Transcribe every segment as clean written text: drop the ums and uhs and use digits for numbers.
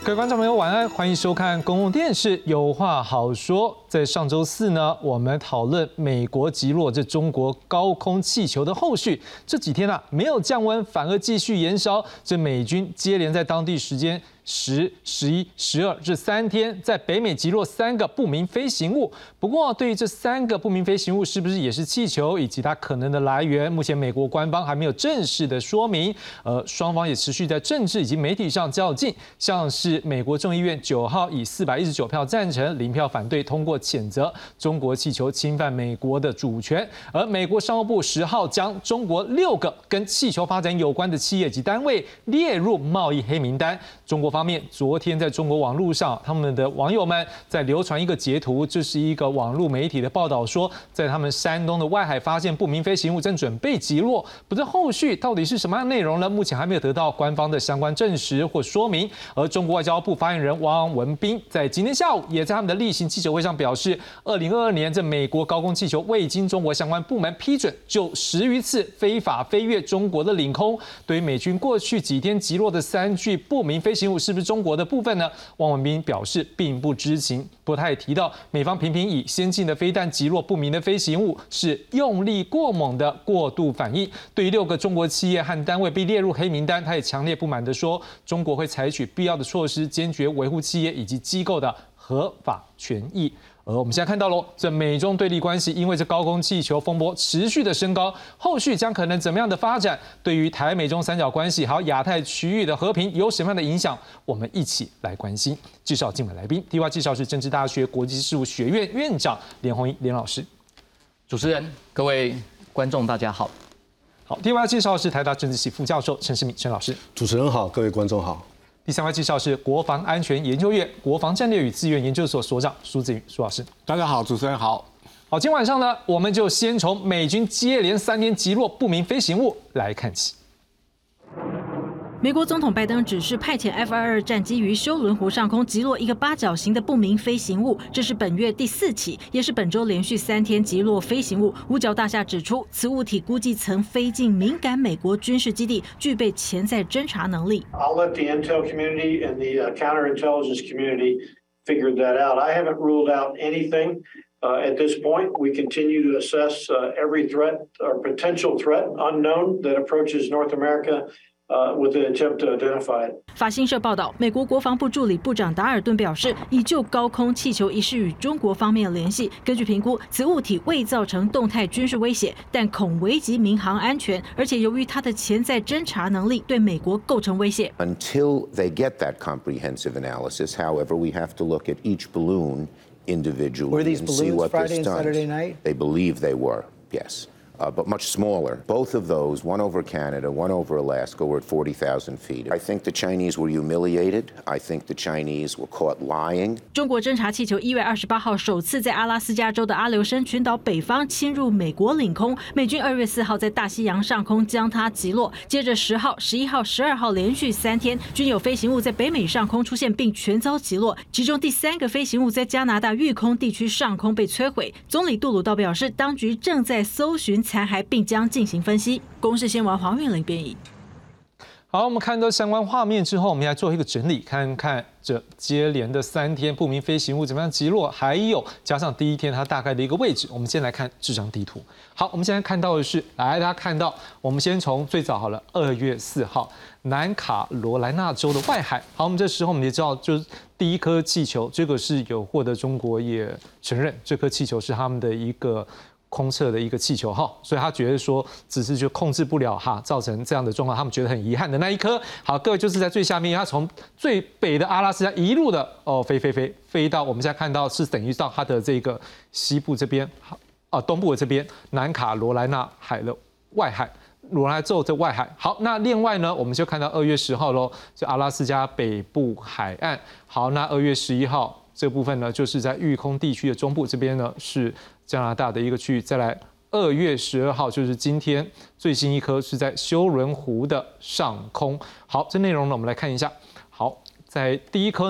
各位观众朋友，晚安，欢迎收看公共电视《有话好说》。在上周四呢，我们讨论美国击落这中国高空气球的后续。这几天没有降温，反而继续延烧。这美军接连在当地时间10、11、12这3天，在北美击落3个不明飞行物。不过，对于这3个不明飞行物是不是也是气球，以及它可能的来源，目前美国官方还没有正式的说明。双方也持续在政治以及媒体上较劲，像是美国众议院9号以419票赞成、0票反对通过谴责中国气球侵犯美国的主权。而美国商务部10号将中国6个跟气球发展有关的企业及单位列入贸易黑名单。中国方面昨天在中国网络上，他们的网友们在流传一个截图，这是一个网络媒体的报道说，在他们山东的外海发现不明飞行物，正准备击落。不知后续到底是什么样的内容呢？目前还没有得到官方的相关证实或说明。而中国外交部发言人汪文斌在今天下午也在他们的例行记者会上表示，2022年这美国高空气球未经中国相关部门批准，就10余次非法飞越中国的领空。对于美军过去几天击落的3具不明飞行物是不是中国的部分呢？汪文斌表示并不知情。不过他也提到，美方频频以先进的飞弹击落不明的飞行物是用力过猛的过度反应。对于6个中国企业和单位被列入黑名单，他也强烈不满地说，中国会采取必要的措施，坚决维护企业以及机构的合法权益。而我们现在看到了，这美中对立关系因为这高空气球风波持续的升高，后续将可能怎么样的发展？对于台美中三角关系还有亚太区域的和平有什么样的影响？我们一起来关心。介绍今晚来宾，第一位介绍是政治大学国际事务学院院长连宏一连老师。 主持人、各位观众，大家好。 好，第二位介绍是台大政治系副教授陈世敏陈老师。 主持人好，各位观众好。 第3位介绍是国防安全研究院国防战略与资源研究所所长苏子云苏老师。 大家好，主持人好。 好，今天晚上呢，我们就先从美军接连3天击落不明飞行物来看起。 美国总统拜登指示派遣 F-22战机于休伦湖上空击落一个8角形的不明飞行物，这是本月第4起，也是本周连续3天击落飞行物。五角大厦指出，此物体估计曾飞进敏感美国军事基地，具备潜在侦察能力。 I'll let the intel community and the counterintelligence community figure that out. I haven't ruled out anything. At this point, we continue to assess every threat or potential threat unknown that approaches North America.With the attempt to identify it. 法新社报道，美国国防部助理部长达尔顿表示，已就高空气球一事与中国方面联系。根据评估，此物体未造成动态军事威胁，但恐危及民航安全，而且由于它的潜在侦察能力，对美国构成威胁。 Until they get that comprehensive analysis, however, we have to look at each balloon individually and see what this does. They believe they were, yes.But much smaller. Both of those, one over Canada, one over Alaska, were at 40,000 feet. I think the Chinese were humiliated. I think the Chinese were caught lying. 中国侦察气球1月28号首次在阿拉斯加州的阿留申群岛北方侵入美国领空，美军2月4号在大西洋上空将它击落。接着10号、11号、12号连续3天，均有飞行物在北美上空出现并全遭击落。其中第3个飞行物在加拿大育空地区上空被摧毁。总理杜鲁道表示，当局正在搜寻残骸，并将进行分析。公视新闻黄韵玲编译。 好，我们看到相关画面之后，我们来做一个整理，看看这接连的3天不明飞行物怎么样击落，还有加上第1天它大概的一个位置。我们先来看这张地图。好，我们现在看到的是，来大家看到，我们先从最早好了，2月4号，南卡罗来纳州的外海。好，我们这时候我们也知道，就是第1颗气球，这个是有获得中国也承认，这颗气球是他们的一个空测的一个气球哈，所以他觉得说只是就控制不了哈，造成这样的状况，他们觉得很遗憾的那一颗。好，各位就是在最下面，他从最北的阿拉斯加一路的飞到我们现在看到是等于到它的这个西部这边，东部的这边南卡罗来纳海的外海。罗来州的外海。好，那另外呢，我们就看到2月10号喽，就阿拉斯加北部海岸。好，那2月11号这部分呢，就是在育空地区的中部这边呢，是加拿大的一个区域。再来2月12号，就是今天最新一颗是在休伦湖的上空。好，这内容呢，我们来看一下。好，在第一颗呢，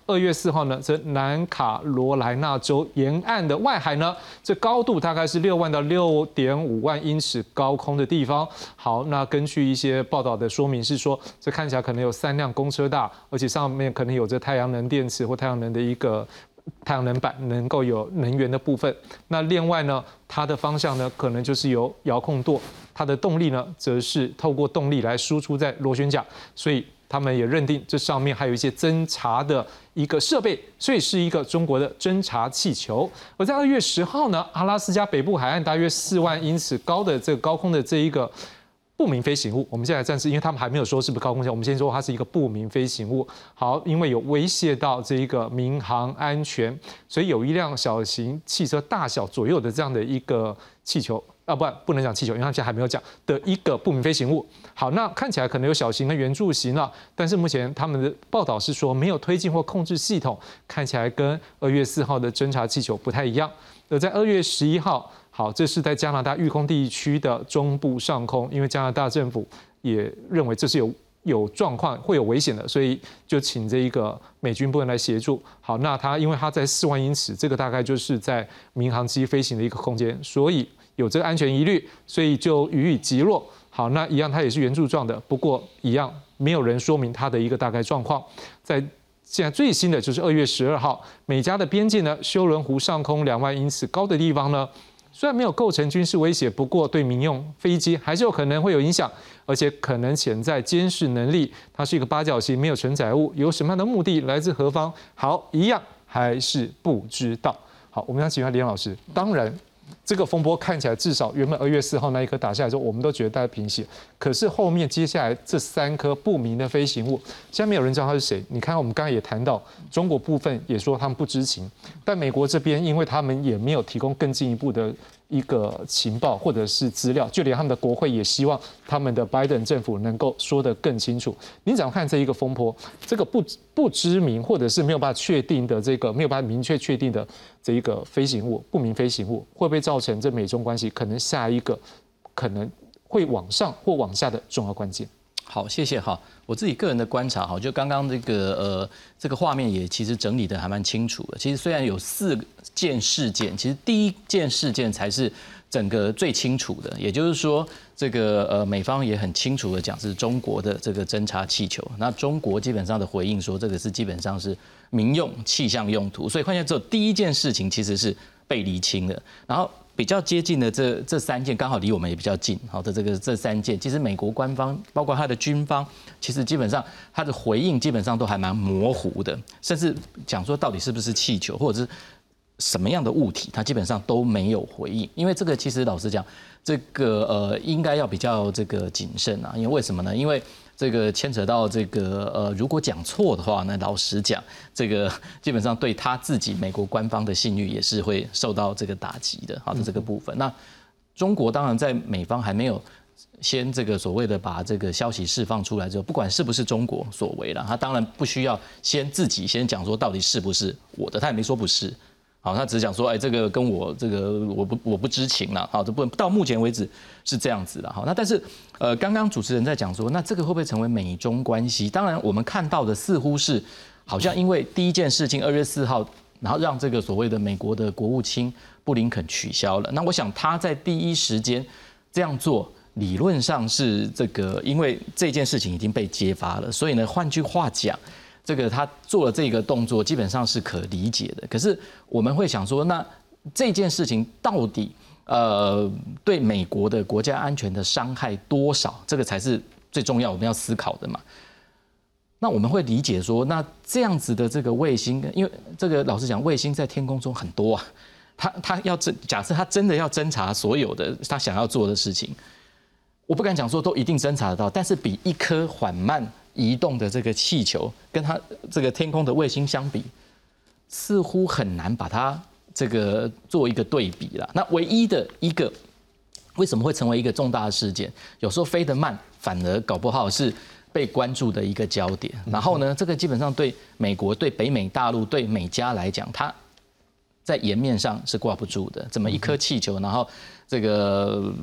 2月4号呢，这南卡罗来纳州沿岸的外海呢，这高度大概是6万到6.5万英尺高空的地方。好，那根据一些报道的说明是说，这看起来可能有3辆公车大，而且上面可能有着太阳能电池或太阳能的一个太阳能板，能够有能源的部分。那另外呢，它的方向呢，可能就是由遥控舵，它的动力呢，则是透过动力来输出在螺旋桨，所以他们也认定这上面还有一些侦察的一个设备，所以是一个中国的侦察气球。而在2月10号呢，阿拉斯加北部海岸大约4万英尺高的这个高空的这一个不明飞行物，我们现在暂时，因为他们还没有说是不是高空我们先说它是一个不明飞行物。好，因为有威胁到这一个民航安全，所以有一辆小型汽车大小左右的这样的一个气球。不能讲气球，因为他们现在还没有讲的一个不明飞行物。好，那看起来可能有小型的圆柱形了，但是目前他们的报道是说没有推进或控制系统，看起来跟2月4号的侦察气球不太一样。而在2月11号，好，这是在加拿大育空地区的中部上空，因为加拿大政府也认为这是有状况会有危险的，所以就请这一个美军部门来协助。好，那因为它在4万英尺，这个大概就是在民航机飞行的一个空间，所以有这个安全疑虑，所以就予以击落。好，那一样它也是圆柱状的，不过一样没有人说明它的一个大概状况。在现在最新的就是2月12号，美加的边界呢，休伦湖上空2万英尺高的地方呢，虽然没有构成军事威胁，不过对民用飞机还是有可能会有影响，而且可能潜在监视能力。它是一个八角形，没有承载物，有什么样的目的，来自何方？好，一样还是不知道。好，我们想请问李老师，当然。这个风波看起来至少原本2月4号那一颗打下来之后，我们都觉得大家平息。可是后面接下来这3颗不明的飞行物，现在没有人知道它是谁。你看，我们刚才也谈到，中国部分也说他们不知情，但美国这边因为他们也没有提供更进一步的一个情报或者是资料，就连他们的国会也希望他们的拜登政府能够说得更清楚。你怎么看这一个风波？这个不知名或者是没有办法确定的这个没有办法明确确定的这一个飞行物，不明飞行物会不会造成这美中关系可能下一个可能会往上或往下的重要关键？ 好，谢谢哈。我自己个人的观察哈，就刚刚这个画面也其实整理的还蛮清楚的。其实虽然有4件事件，其实第一件事件才是整个最清楚的，也就是说，这个美方也很清楚的讲是中国的这个侦察气球，那中国基本上的回应说这个是基本上是民用气象用途，所以换言之，只有第一件事情其实是被厘清的，然后比较接近的这3件刚好离我们也比较近，好的这3件，其实美国官方包括他的军方，其实基本上他的回应基本上都还蛮模糊的，甚至讲说到底是不是气球或者是什么样的物体，他基本上都没有回应。因为这个其实老实讲，这个应该要比较这个谨慎啊，因为为什么呢？因为这个牵扯到这个如果讲错的话，那老实讲，这个基本上对他自己美国官方的信誉也是会受到这个打击的。好的这个部分，那中国当然在美方还没有先这个所谓的把这个消息释放出来之后，不管是不是中国所为了，他当然不需要自己先讲说到底是不是我的，他也没说不是。好，他只是讲说，哎，这个跟我这个我不知情了，好，这不到目前为止是这样子的，好，那但是刚刚主持人在讲说，那这个会不会成为美中关系？当然，我们看到的似乎是好像因为第一件事情2月4号，然后让这个所谓的美国的国务卿布林肯取消了。那我想他在第一时间这样做，理论上是这个，因为这件事情已经被揭发了，所以呢，换句话讲。这个他做了这个动作，基本上是可理解的。可是我们会想说，那这件事情到底对美国的国家安全的伤害多少？这个才是最重要我们要思考的嘛。那我们会理解说，那这样子的这个卫星，因为这个老实讲，卫星在天空中很多啊，他要假设他真的要侦查所有的他想要做的事情，我不敢讲说都一定侦查得到，但是比一颗缓慢移动的这个气球跟它这个天空的卫星相比，似乎很难把它这个做一个对比啦。那唯一的一个为什么会成为一个重大的事件？有时候飞得慢，反而搞不好是被关注的一个焦点。然后呢，这个基本上对美国、对北美大陆、对美加来讲，它在颜面上是挂不住的。这么一颗气球，然后这个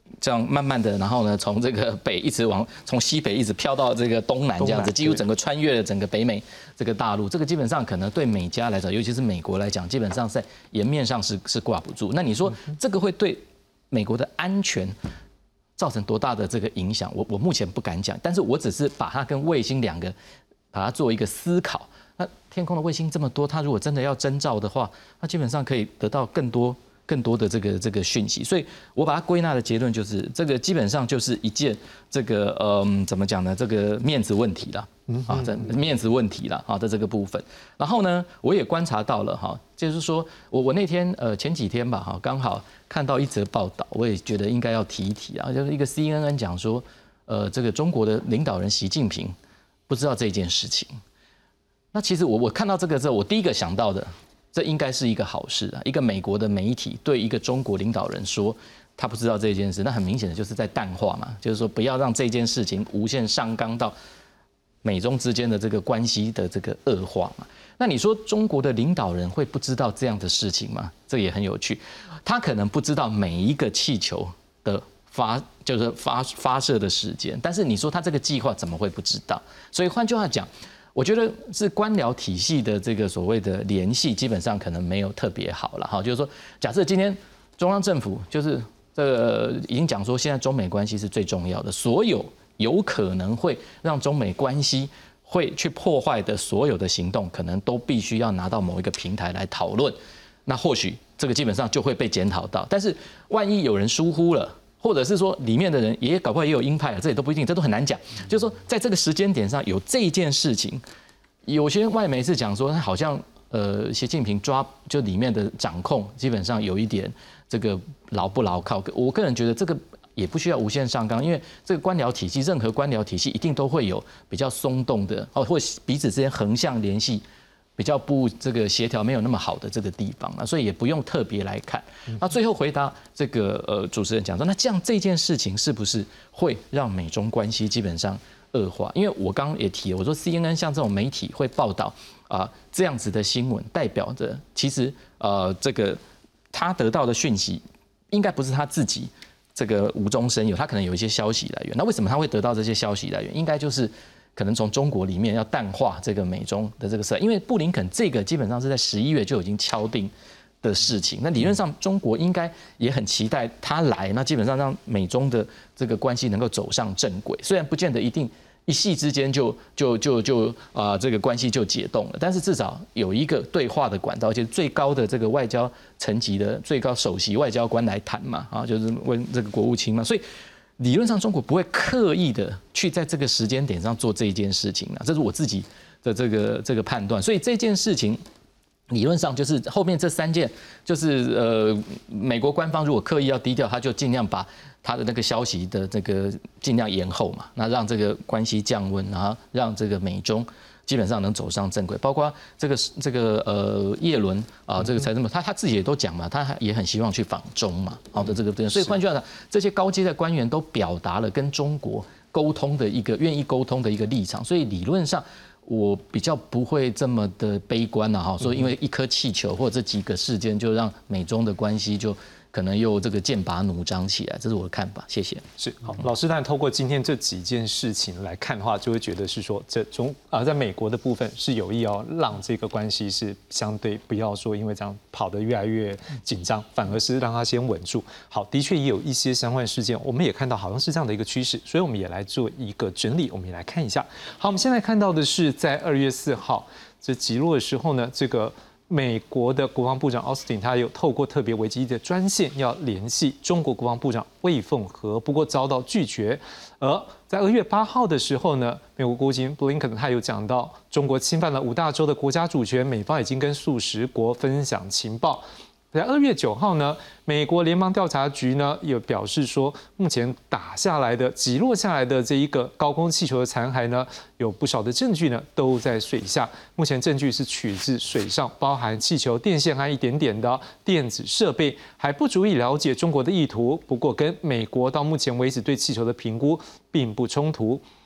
这样慢慢的，然后呢，从这个北一直从西北一直飘到这个东南这样子，几乎整个穿越了整个北美这个大陆。这个基本上可能对美加来讲，尤其是美国来讲，基本上在颜面上是挂不住。那你说这个会对美国的安全造成多大的这个影响？我目前不敢讲，但是我只是把它跟卫星两个把它做一个思考。那天空的卫星这么多，它如果真的要征兆的话，那基本上可以得到更多的这个讯息，所以我把它归纳的结论就是，这个基本上就是一件这个怎么讲呢？这个面子问题啦，这面子问题啦的这个部分。然后呢，我也观察到了哈，就是说我那天前几天吧哈，刚好看到一则报道，我也觉得应该要提一提啊，就是一个 CNN 讲说，这个中国的领导人习近平不知道这件事情。那其实我看到这个之后，我第一个想到的。这应该是一个好事啊！一个美国的媒体对一个中国领导人说他不知道这件事，那很明显的就是在淡化嘛，就是说不要让这件事情无限上纲到美中之间的这个关系的这个恶化嘛。那你说中国的领导人会不知道这样的事情吗？这也很有趣，他可能不知道每一个气球的发射的时间，但是你说他这个计划怎么会不知道？所以换句话讲。我觉得是官僚体系的这个所谓的联系，基本上可能没有特别好了哈。就是说，假设今天中央政府就是这个已经讲说，现在中美关系是最重要的，所有可能会让中美关系会去破坏的所有的行动，可能都必须要拿到某一个平台来讨论。那或许这个基本上就会被检讨到，但是万一有人疏忽了。或者是说里面的人也搞不好也有鹰派啊，这也都不一定，这都很难讲。就是说，在这个时间点上有这件事情，有些外媒是讲说，好像习近平就里面的掌控，基本上有一点这个牢不牢靠。我个人觉得这个也不需要无限上纲，因为这个官僚体系，任何官僚体系一定都会有比较松动的或彼此之间横向联系。比较不这个协调没有那么好的这个地方啊，所以也不用特别来看。那最后回答这个主持人讲说，那这样这件事情是不是会让美中关系基本上恶化？因为我刚刚也提了，我说 CNN 像这种媒体会报道这样子的新闻，代表着其实这个他得到的讯息应该不是他自己这个无中生有，他可能有一些消息来源。那为什么他会得到这些消息来源？应该就是可能从中国里面要淡化这个美中的这个事，因为布林肯这个基本上是在11月就已经敲定的事情。那理论上中国应该也很期待他来，那基本上让美中的这个关系能够走上正轨。虽然不见得一定一夕之间就这个关系就解冻了，但是至少有一个对话的管道，而且最高的这个外交层级的最高首席外交官来谈嘛，就是问这个国务卿嘛，所以。理论上，中国不会刻意的去在这个时间点上做这一件事情啊，这是我自己的这个判断。所以这件事情理论上就是后面这3件，就是美国官方如果刻意要低调，他就尽量把他的那个消息的这个尽量延后嘛，那让这个关系降温，然后让这个美中。基本上能走上正轨，包括这个叶伦这个财政部他自己也都讲嘛，他也很希望去访中嘛，好的这个，所以换句话讲，这些高阶的官员都表达了跟中国沟通的一个愿意沟通的一个立场，所以理论上我比较不会这么的悲观了哈，说因为一颗气球或者这几个事件就让美中的关系就。可能又这个剑拔弩张起来，这是我的看法。谢谢。 是好，老师，但透过今天这几件事情来看的话，就会觉得是说，在美国的部分是有意要让这个关系是相对不要说因为这样跑得越来越紧张，反而是让它先稳住。好，的确也有一些相关事件，我们也看到好像是这样的一个趋势，所以我们也来做一个整理，我们也来看一下。好，我们现在看到的是在2月4号这击落的时候呢，这个。美国的国防部长奥斯汀，他有透过特别危机的专线要联系中国国防部长魏凤和，不过遭到拒绝。而在2月8号的时候呢，美国国务卿布林肯他有讲到，中国侵犯了5大洲的国家主权，美方已经跟数十国分享情报。在2月9号呢，美国联邦调查局呢也表示说，目前击落下来的这一个高空气球的残骸呢，有不少的证据呢都在水下。目前证据是取自水上，包含气球、电线和一点点的电子设备，还不足以了解中国的意图。不过，跟美国到目前为止对气球的评估并不冲突。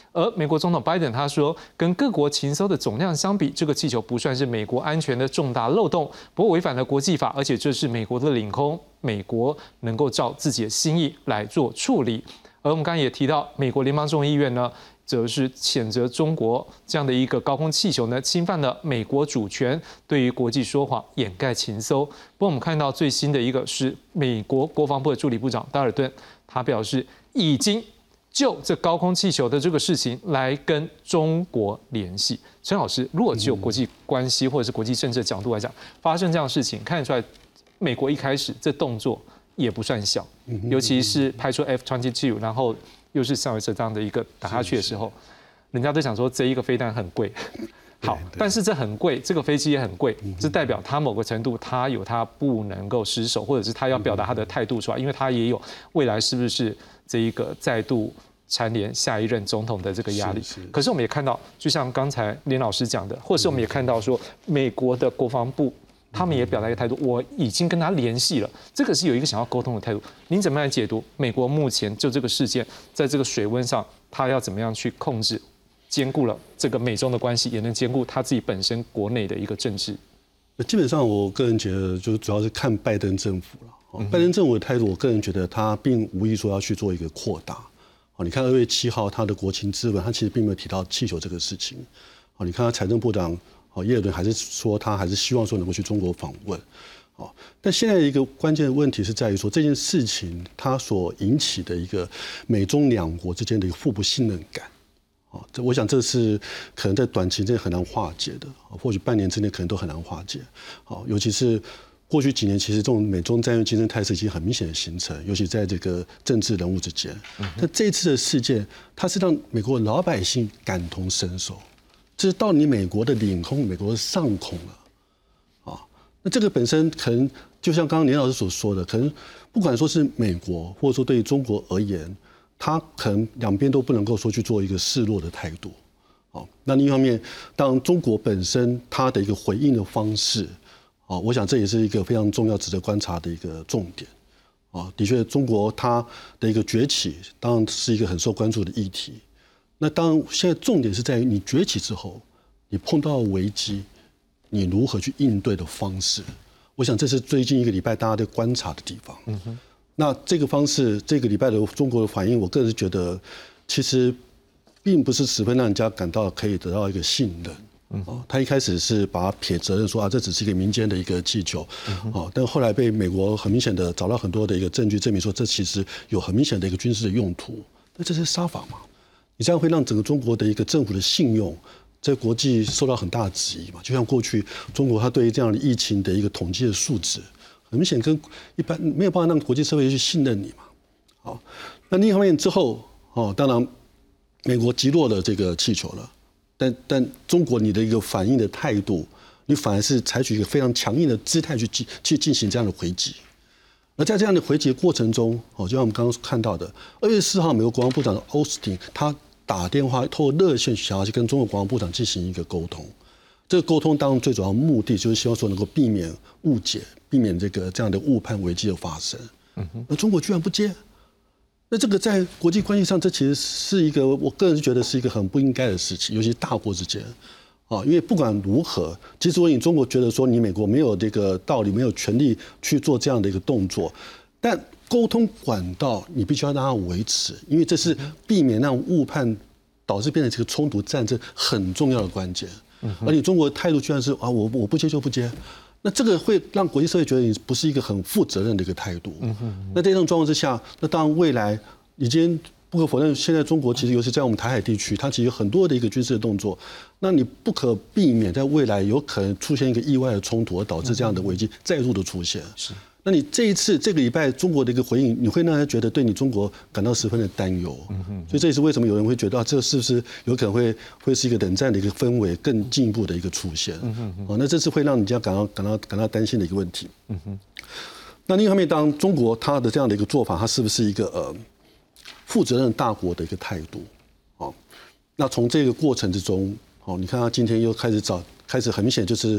而美国总统拜登他说，跟各国情搜的总量相比，这个气球不算是美国安全的重大漏洞，不过违反了国际法，而且这是美国的领空，美国能够照自己的心意来做处理。而我们刚才也提到，美国联邦众议院呢，则是谴责中国这样的一个高空气球呢，侵犯了美国主权，对于国际说谎、掩盖情搜。不过我们看到最新的一个是美国国防部的助理部长达尔顿，他表示已经就这高空气球的这个事情来跟中国联系。陈老师，如果只有国际关系或者是国际政治的角度来讲，发生这样的事情，看得出来，美国一开始这动作也不算小，尤其是派出 F-22，然后又是像这样的一个打下去的时候，人家都想说这一个飞弹很贵。好，但是这很贵，这个飞机也很贵，这代表它某个程度它有它不能够失手，或者是它要表达它的态度出来，因为它也有未来是不是这一个再度蝉联下一任总统的这个压力。可是我们也看到，就像刚才连老师讲的，或是我们也看到说，美国的国防部他们也表达一个态度，我已经跟他联系了，这个是有一个想要沟通的态度。您怎么来解读美国目前就这个事件，在这个水温上，他要怎么样去控制？兼顾了这个美中的关系，也能兼顾他自己本身国内的一个政治。 基本上，我个人觉得，就主要是看拜登政府了。拜登政府的态度，我个人觉得他并无意说要去做一个扩大。你看2月7号他的国情咨文，他其实并没有提到气球这个事情。你看他财政部长耶伦还是说他还是希望说能够去中国访问。但现在一个关键的问题是在于说这件事情它所引起的一个美中两国之间的一个互不信任感。我想这是可能在短期内很难化解的，或许半年之内可能都很难化解。尤其是过去几年，其实这种美中战略竞争态势已经很明显的形成，尤其在这个政治人物之间。但这一次的事件，它是让美国老百姓感同身受，这是到你美国的领空、美国的上空了。那这个本身可能就像刚刚连老师所说的，可能不管说是美国，或者说对于中国而言，他可能两边都不能够说去做一个示弱的态度。那另一方面，当然中国本身它的一个回应的方式，我想这也是一个非常重要、值得观察的一个重点。的确，中国它的一个崛起，当然是一个很受关注的议题。那当然，现在重点是在于你崛起之后，你碰到危机，你如何去应对的方式。我想这是最近一个礼拜大家在观察的地方。那这个方式，这个礼拜的中国的反应，我个人是觉得，其实并不是十分让人家感到可以得到一个信任。他一开始是把他撇责任说这只是一个民间的一个气球，但后来被美国很明显的找到很多的一个证据，证明说这其实有很明显的一个军事的用途。那这是撒谎嘛？你这样会让整个中国的一个政府的信用在国际受到很大的质疑嘛？就像过去中国它对于这样的疫情的一个统计的数值，很明显跟一般没有办法让国际社会去信任你嘛。那另一方面之后，当然美国击落了这个气球了，但中国你的一个反应的态度，你反而是采取一个非常强硬的姿态去进行这样的回击。而在这样的回击的过程中，就像我们刚刚看到的，2月4号美国国防部长奥斯汀他打电话透过热线想要去跟中国国防部长进行一个沟通。这个沟通当中最主要目的就是希望说能够避免误解，避免这样的误判危机的发生。那中国居然不接，那这个在国际关系上，这其实是一个我个人觉得是一个很不应该的事情，尤其大国之间。因为不管如何，即使你中国觉得说你美国没有这个道理，没有权利去做这样的一个动作，但沟通管道你必须要让它维持，因为这是避免让误判导致变成这个冲突战争很重要的关键。而你中国的态度居然是我不接就不接，那这个会让国际社会觉得你不是一个很负责任的一个态度。那在这种状况之下，那当然未来已经不可否认，现在中国其实尤其在我们台海地区，它其实有很多的一个军事的动作，那你不可避免在未来有可能出现一个意外的冲突，而导致这样的危机再度的出现。那你这一次这个礼拜中国的一个回应，你会让人觉得对你中国感到十分的担忧。所以这也是为什么有人会觉得这是不是有可能会是一个冷战的一个氛围更进一步的一个出现。那这是会让人家感到担心的一个问题。那另一方面，当中国它的这样的一个做法，它是不是一个负责任大国的一个态度？那从这个过程之中，你看他今天又开始很明显就是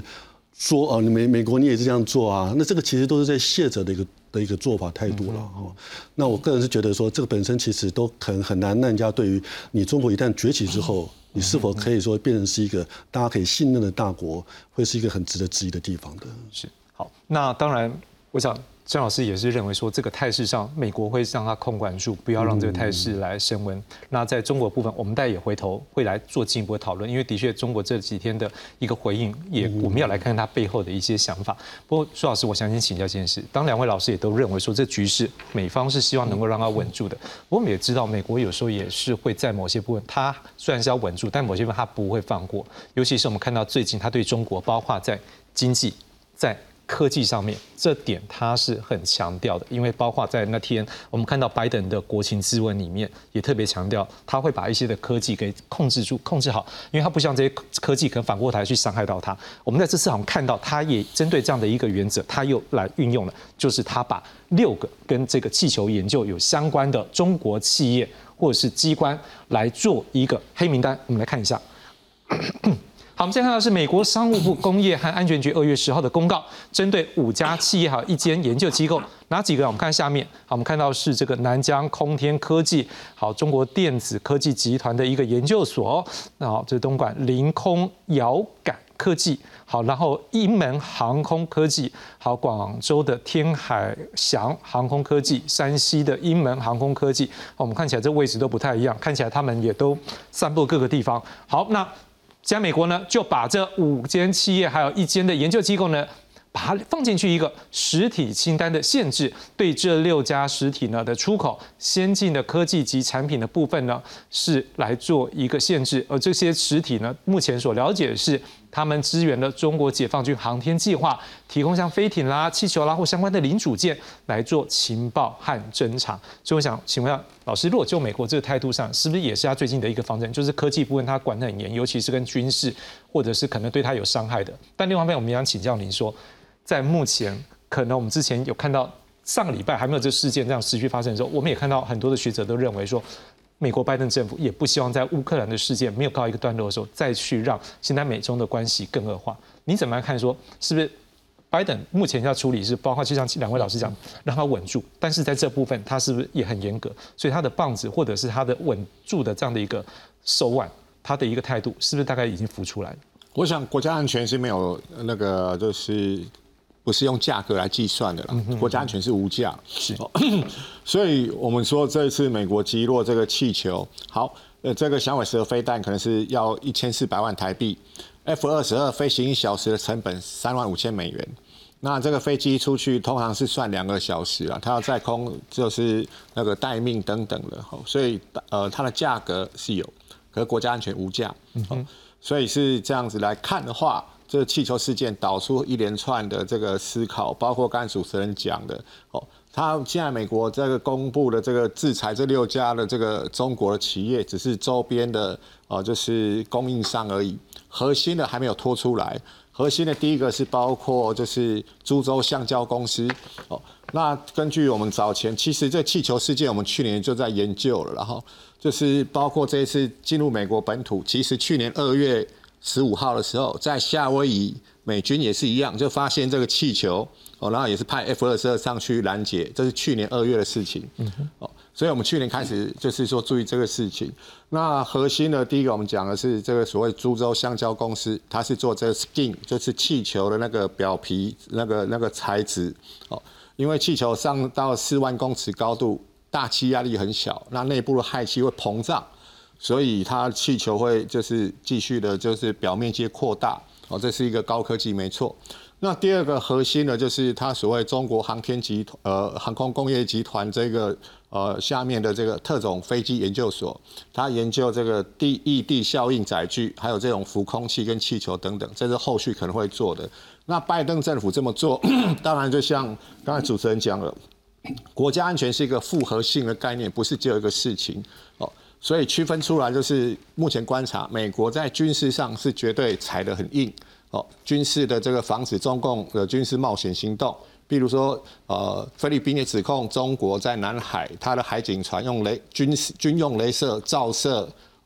说美国你也是这样做啊，那这个其实都是在卸责的一个做法态度了哦。那我个人是觉得说，这个本身其实都可能很难让人家对于你中国一旦崛起之后，你是否可以说变成是一个大家可以信任的大国，会是一个很值得质疑的地方的。 是好，那当然，我想郑老师也是认为说，这个态势上，美国会让它控管住，不要让这个态势来升温。那在中国部分，我们待也回头会来做进一步的讨论，因为的确中国这几天的一个回应，我们要来看看它背后的一些想法。不过苏老师，我想先请教一件事，当两位老师也都认为说，这局势美方是希望能够让它稳住的，我们也知道美国有时候也是会在某些部分，它虽然是要稳住，但某些部分它不会放过，尤其是我们看到最近它对中国，包括在经济，在科技上面，这点他是很强调的，因为包括在那天我们看到拜登的国情咨文里面也特别强调，他会把一些的科技给控制好，因为他不像这些科技可能反过来去伤害到他。我们在这次好像看到，他也针对这样的一个原则，他又来运用了，就是他把6个跟这个气球研究有相关的中国企业或者是机关来做一个黑名单。我们来看一下。好，我们现在看到是美国商务部工业和安全局2月10号的公告，针对5家企业还有1间研究机构，哪几个？我们看下面，好，我们看到是这个南疆空天科技，好，中国电子科技集团的一个研究所，那好，这是东莞凌空遥感科技，好，然后鹰门航空科技，好，广州的天海翔航空科技，山西的鹰门航空科技，我们看起来这位置都不太一样，看起来他们也都散布各个地方。好，那现在美国呢，就把这5间企业还有1间的研究机构呢，把它放进去一个实体清单的限制，对这6家实体呢的出口先进的科技及产品的部分呢，是来做一个限制。而这些实体呢，目前所了解的是，他们支援了中国解放军航天计划，提供像飞艇啦、气球啦或相关的零组件来做情报和侦查。所以我想请问下老师，如果就美国这个态度上，是不是也是他最近的一个方针，就是科技部分他管得很严，尤其是跟军事或者是可能对他有伤害的？但另外一方面，我们也想请教您说，在目前可能我们之前有看到上个礼拜还没有这事件这样持续发生的时候，我们也看到很多的学者都认为说，美国拜登政府也不希望在乌克兰的事件没有告一个段落的时候，再去让现在美中的关系更恶化。你怎么来看说，是不是拜登目前要处理是包括就像2位老师讲，让他稳住，但是在这部分他是不是也很严格？所以他的棒子或者是他的稳住的这样的一个手腕，他的一个态度，是不是大概已经浮出来了？ 我想国家安全是没有那个就是不是用价格来计算的啦，国家安全是无价。是，所以我们说这一次美国击落这个气球，好，这个响尾蛇飞弹可能是要1400万台币 ，F-22飞行1小时的成本35000美元。那这个飞机出去通常是算2个小时啦，它要在空就是那个待命等等的，所以它的价格是有，可是国家安全无价。所以是这样子来看的话，这个气球事件导出一连串的这个思考，包括刚才主持人讲的，他现在美国这个公布的这个制裁这6家的这个中国的企业，只是周边的就是供应商而已，核心的还没有拖出来。核心的第一个是包括就是株洲橡胶公司，那根据我们早前，其实这气球事件我们去年就在研究了，然后就是包括这一次进入美国本土，其实去年2月15号的时候，在夏威夷美军也是一样，就发现这个气球，然后也是派 F-22上去拦截，这是去年2月的事情。所以我们去年开始就是说注意这个事情。那核心的第一个我们讲的是这个所谓株洲橡胶公司，它是做这个 skin， 就是气球的那个表皮那个材质。因为气球上到4万公尺高度，大气压力很小，那内部的氦气会膨胀，所以它气球会就是继续的就是表面积扩大。这是一个高科技没错。那第二个核心呢，就是它所谓中国航空工业集团这个下面的这个特种飞机研究所，它研究这个异地效应载具，还有这种浮空气跟气球等等，这是后续可能会做的。那拜登政府这么做，当然就像刚才主持人讲了，国家安全是一个复合性的概念，不是只有一个事情所以区分出来就是目前观察，美国在军事上是绝对踩得很硬军事的这个防止中共的军事冒险行动，比如说菲律宾也指控中国在南海它的海警船用军用雷射照射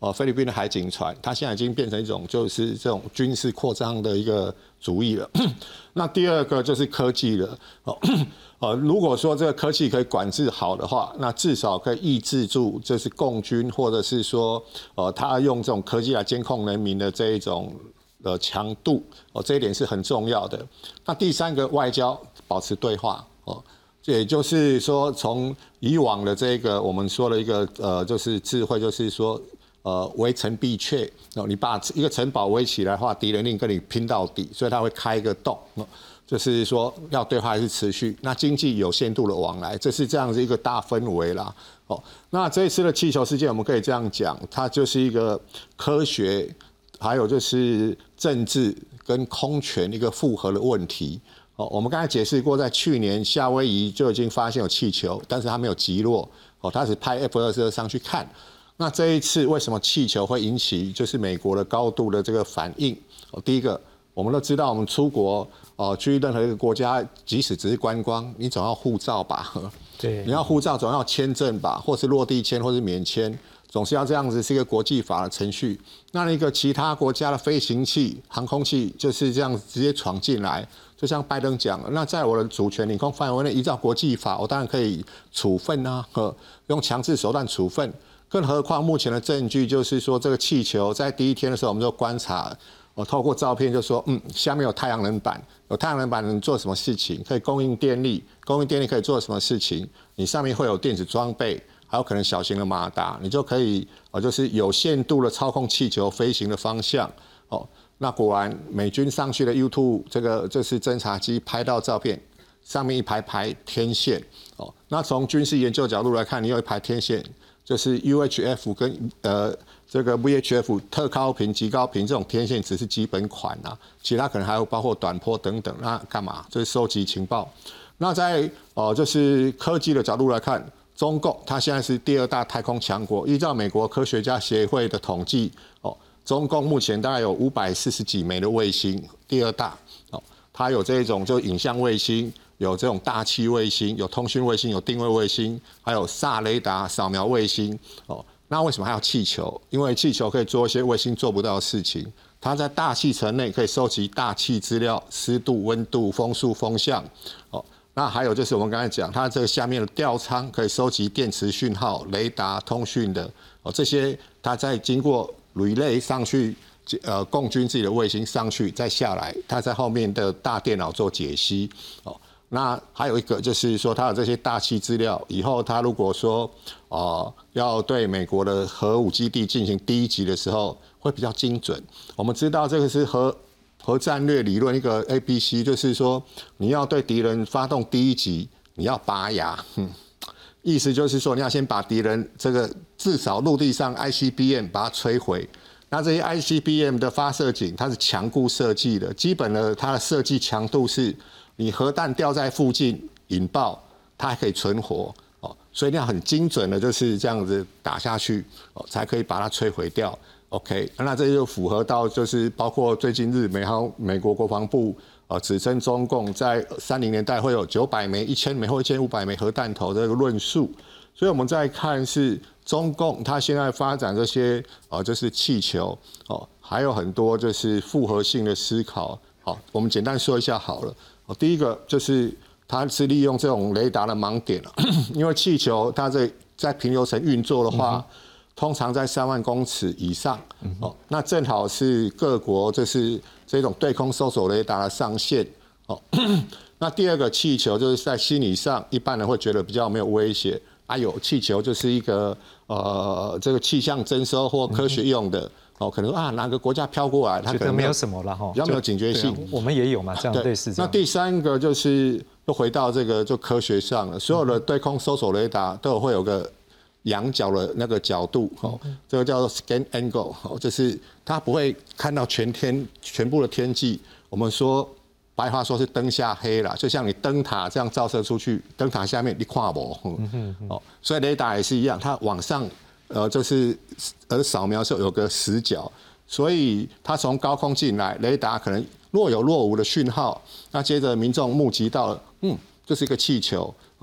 菲律宾的海警船，它现在已经变成一种就是这种军事扩张的一个主义了。那第二个就是科技了。如果说这个科技可以管制好的话，那至少可以抑制住就是共军，或者是说他用这种科技来监控人民的这一种强度，这一点是很重要的。那第三个，外交保持对话，也就是说从以往的这个我们说的一个就是智慧，就是说围城必却，你把一个城堡围起来的话，敌人一定跟你拼到底，所以他会开一个洞。就是说要对话还是持续，那经济有限度的往来，这是这样子一个大氛围啦。那这一次的气球事件，我们可以这样讲，它就是一个科学，还有就是政治跟空权一个复合的问题。我们刚才解释过，在去年夏威夷就已经发现有气球，但是它没有击落，它只派 F-22上去看。那这一次为什么气球会引起就是美国的高度的这个反应？第一个，我们都知道，我们出国去任何一个国家，即使只是观光，你总要护照吧？ 对， 你要护照，总要签证吧，或是落地签，或是免签，总是要这样子，是一个国际法的程序。那一个其他国家的飞行器、航空器就是这样直接闯进来，就像拜登讲了，那在我的主权领空范围内，依照国际法，我当然可以处分啊，用强制手段处分。更何况目前的证据就是说，这个气球在第一天的时候，我们就观察。我透过照片就说，下面有太阳能板，有太阳能板能做什么事情？可以供应电力，供应电力可以做什么事情？你上面会有电子装备，还有可能小型的马达，你就可以就是有限度的操控气球飞行的方向。那果然美军上去的 U2 这个就是侦察机拍到照片，上面一排排天线。那从军事研究角度来看，你有一排天线，就是 UHF 跟这个 VHF 特高频、极高频这种天线只是基本款啊，其他可能还有包括短波等等。那干嘛？就是收集情报。那在就是科技的角度来看，中共它现在是第2大太空强国。依照美国科学家协会的统计，中共目前大概有540几枚的卫星，第2大。它有这种就影像卫星，有这种大气卫星，有通讯卫星，有定位卫星，还有SAR雷达扫描卫星。那为什么还要气球？因为气球可以做一些卫星做不到的事情。它在大气层内可以收集大气资料、湿度、温度、风速、风向。那还有就是我们刚才讲，它这个下面的吊舱可以收集电磁讯号、雷达、通讯的。这些它在经过relay上去，共军自己的卫星上去再下来，它在后面的大电脑做解析。那还有一个就是说，它有这些大气资料，以后它如果说要对美国的核武基地进行第一击的时候，会比较精准。我们知道这个是核战略理论一个 ABC， 就是说你要对敌人发动第一击，你要拔牙。意思就是说，你要先把敌人这个至少陆地上 ICBM 把它摧毁。那这些 ICBM 的发射井，它是强固设计的，基本的它的设计强度是。你核弹掉在附近引爆，它还可以存活所以你要很精准的，就是这样子打下去才可以把它摧毁掉。OK， 那这就符合到就是包括最近美国国防部指称中共在30年代会有900枚、1000枚或1500枚核弹头的这个论述。所以我们再看是中共它现在发展这些就是气球还有很多就是复合性的思考。好，我们简单说一下好了。第一个就是它是利用这种雷达的盲点因为气球它在平流层运作的话，通常在3万公尺以上那正好是各国就是这种对空搜索雷达的上限那第二个气球就是在心理上，一般人会觉得比较没有威胁有气球就是一个这个气象征收或科学用的。可能哪个国家飘过来，它可能没有什么了哈， 比较没有警觉性。 我们也有嘛，这样类似这样。 那第三个就是又回到这个就科学上了，所有的对空搜索雷达都会有个仰角的那个角度，这个叫做 scan angle， 就是它不会看到全部的天际。我们说白话说是灯下黑啦，就像你灯塔这样照射出去，灯塔下面你看不所以雷达也是一样，它往上。就是扫描的时候有个死角，所以它从高空进来，雷达可能若有若无的讯号，那接着民众目击到了，这是一个气球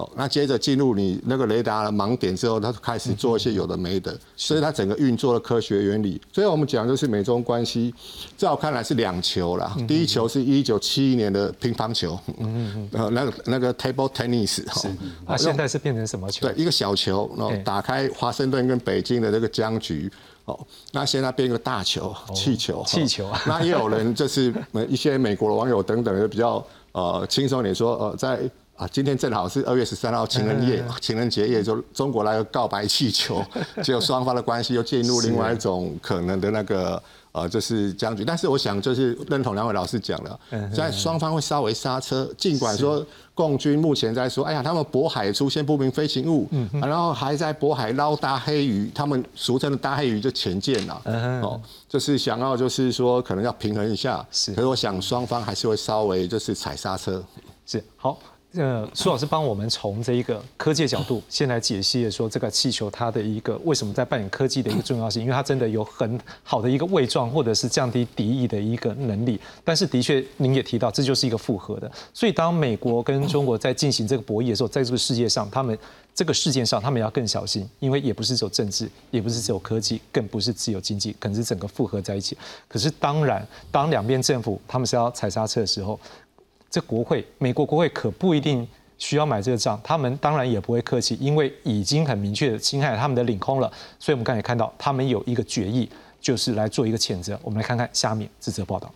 那接着进入你那个雷达的盲点之后，它开始做一些有的没的，所以它整个运作的科学原理。所以我们讲就是美中关系，在我看来是2球啦。第一球是1971年的乒乓球，那个 table tennis， 现在是变成什么球？ 对，一个小球，然后打开华盛顿跟北京的这个僵局。那现在变一个大球，气球。那也有人就是一些美国的网友等等，就比较轻松一点说，今天正好是2月13号情人节夜，就中国来个告白气球，结果双方的关系又进入另外一种可能的那个就是僵局。但是我想就是认同2位老师讲的，在双方会稍微刹车，尽管说共军目前在说，哎呀，他们渤海出现不明飞行物，然后还在渤海捞大黑鱼，他们俗称的大黑鱼就潜舰啦，就是想要就是说可能要平衡一下，可是我想双方还是会稍微就是踩刹车。 是好。苏老师帮我们从这一个科技的角度，先来解析说这个气球它的一个为什么在扮演科技的一个重要性，因为它真的有很好的一个伪装或者是降低敌意的一个能力。但是的确，您也提到这就是一个复合的，所以当美国跟中国在进行这个博弈的时候，在这个世界上，这个事件上他们要更小心，因为也不是只有政治，也不是只有科技，更不是只有经济，可能是整个复合在一起。可是当然，当两边政府他们是要踩刹车的时候，这美国国会可不一定需要买这个账，他们当然也不会客气，因为已经很明确的侵害他们的领空了。所以我们刚才看到，他们有一个决议，就是来做一个谴责。我们来看看下面这则报道。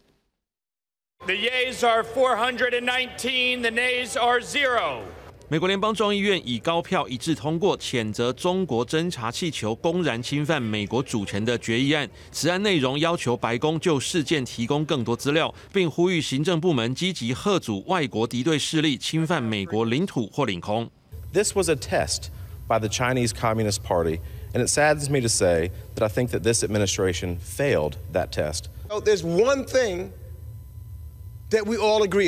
The yeas are 419, the nays are 0. 美国联邦众议院以高票一致通过谴责中国侦察气球公然侵犯美国主权的决议案。此案内容要求白宫就事件提供更多资料，并呼吁行政部门积极嚇阻外国敌对势力侵犯美国领土或领空。 This was a test by the Chinese Communist Party, and it saddens me to say that I think that this administration failed that test. There's one thing that we all agree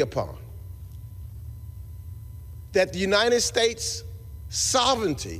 upon.That the United States sovereignty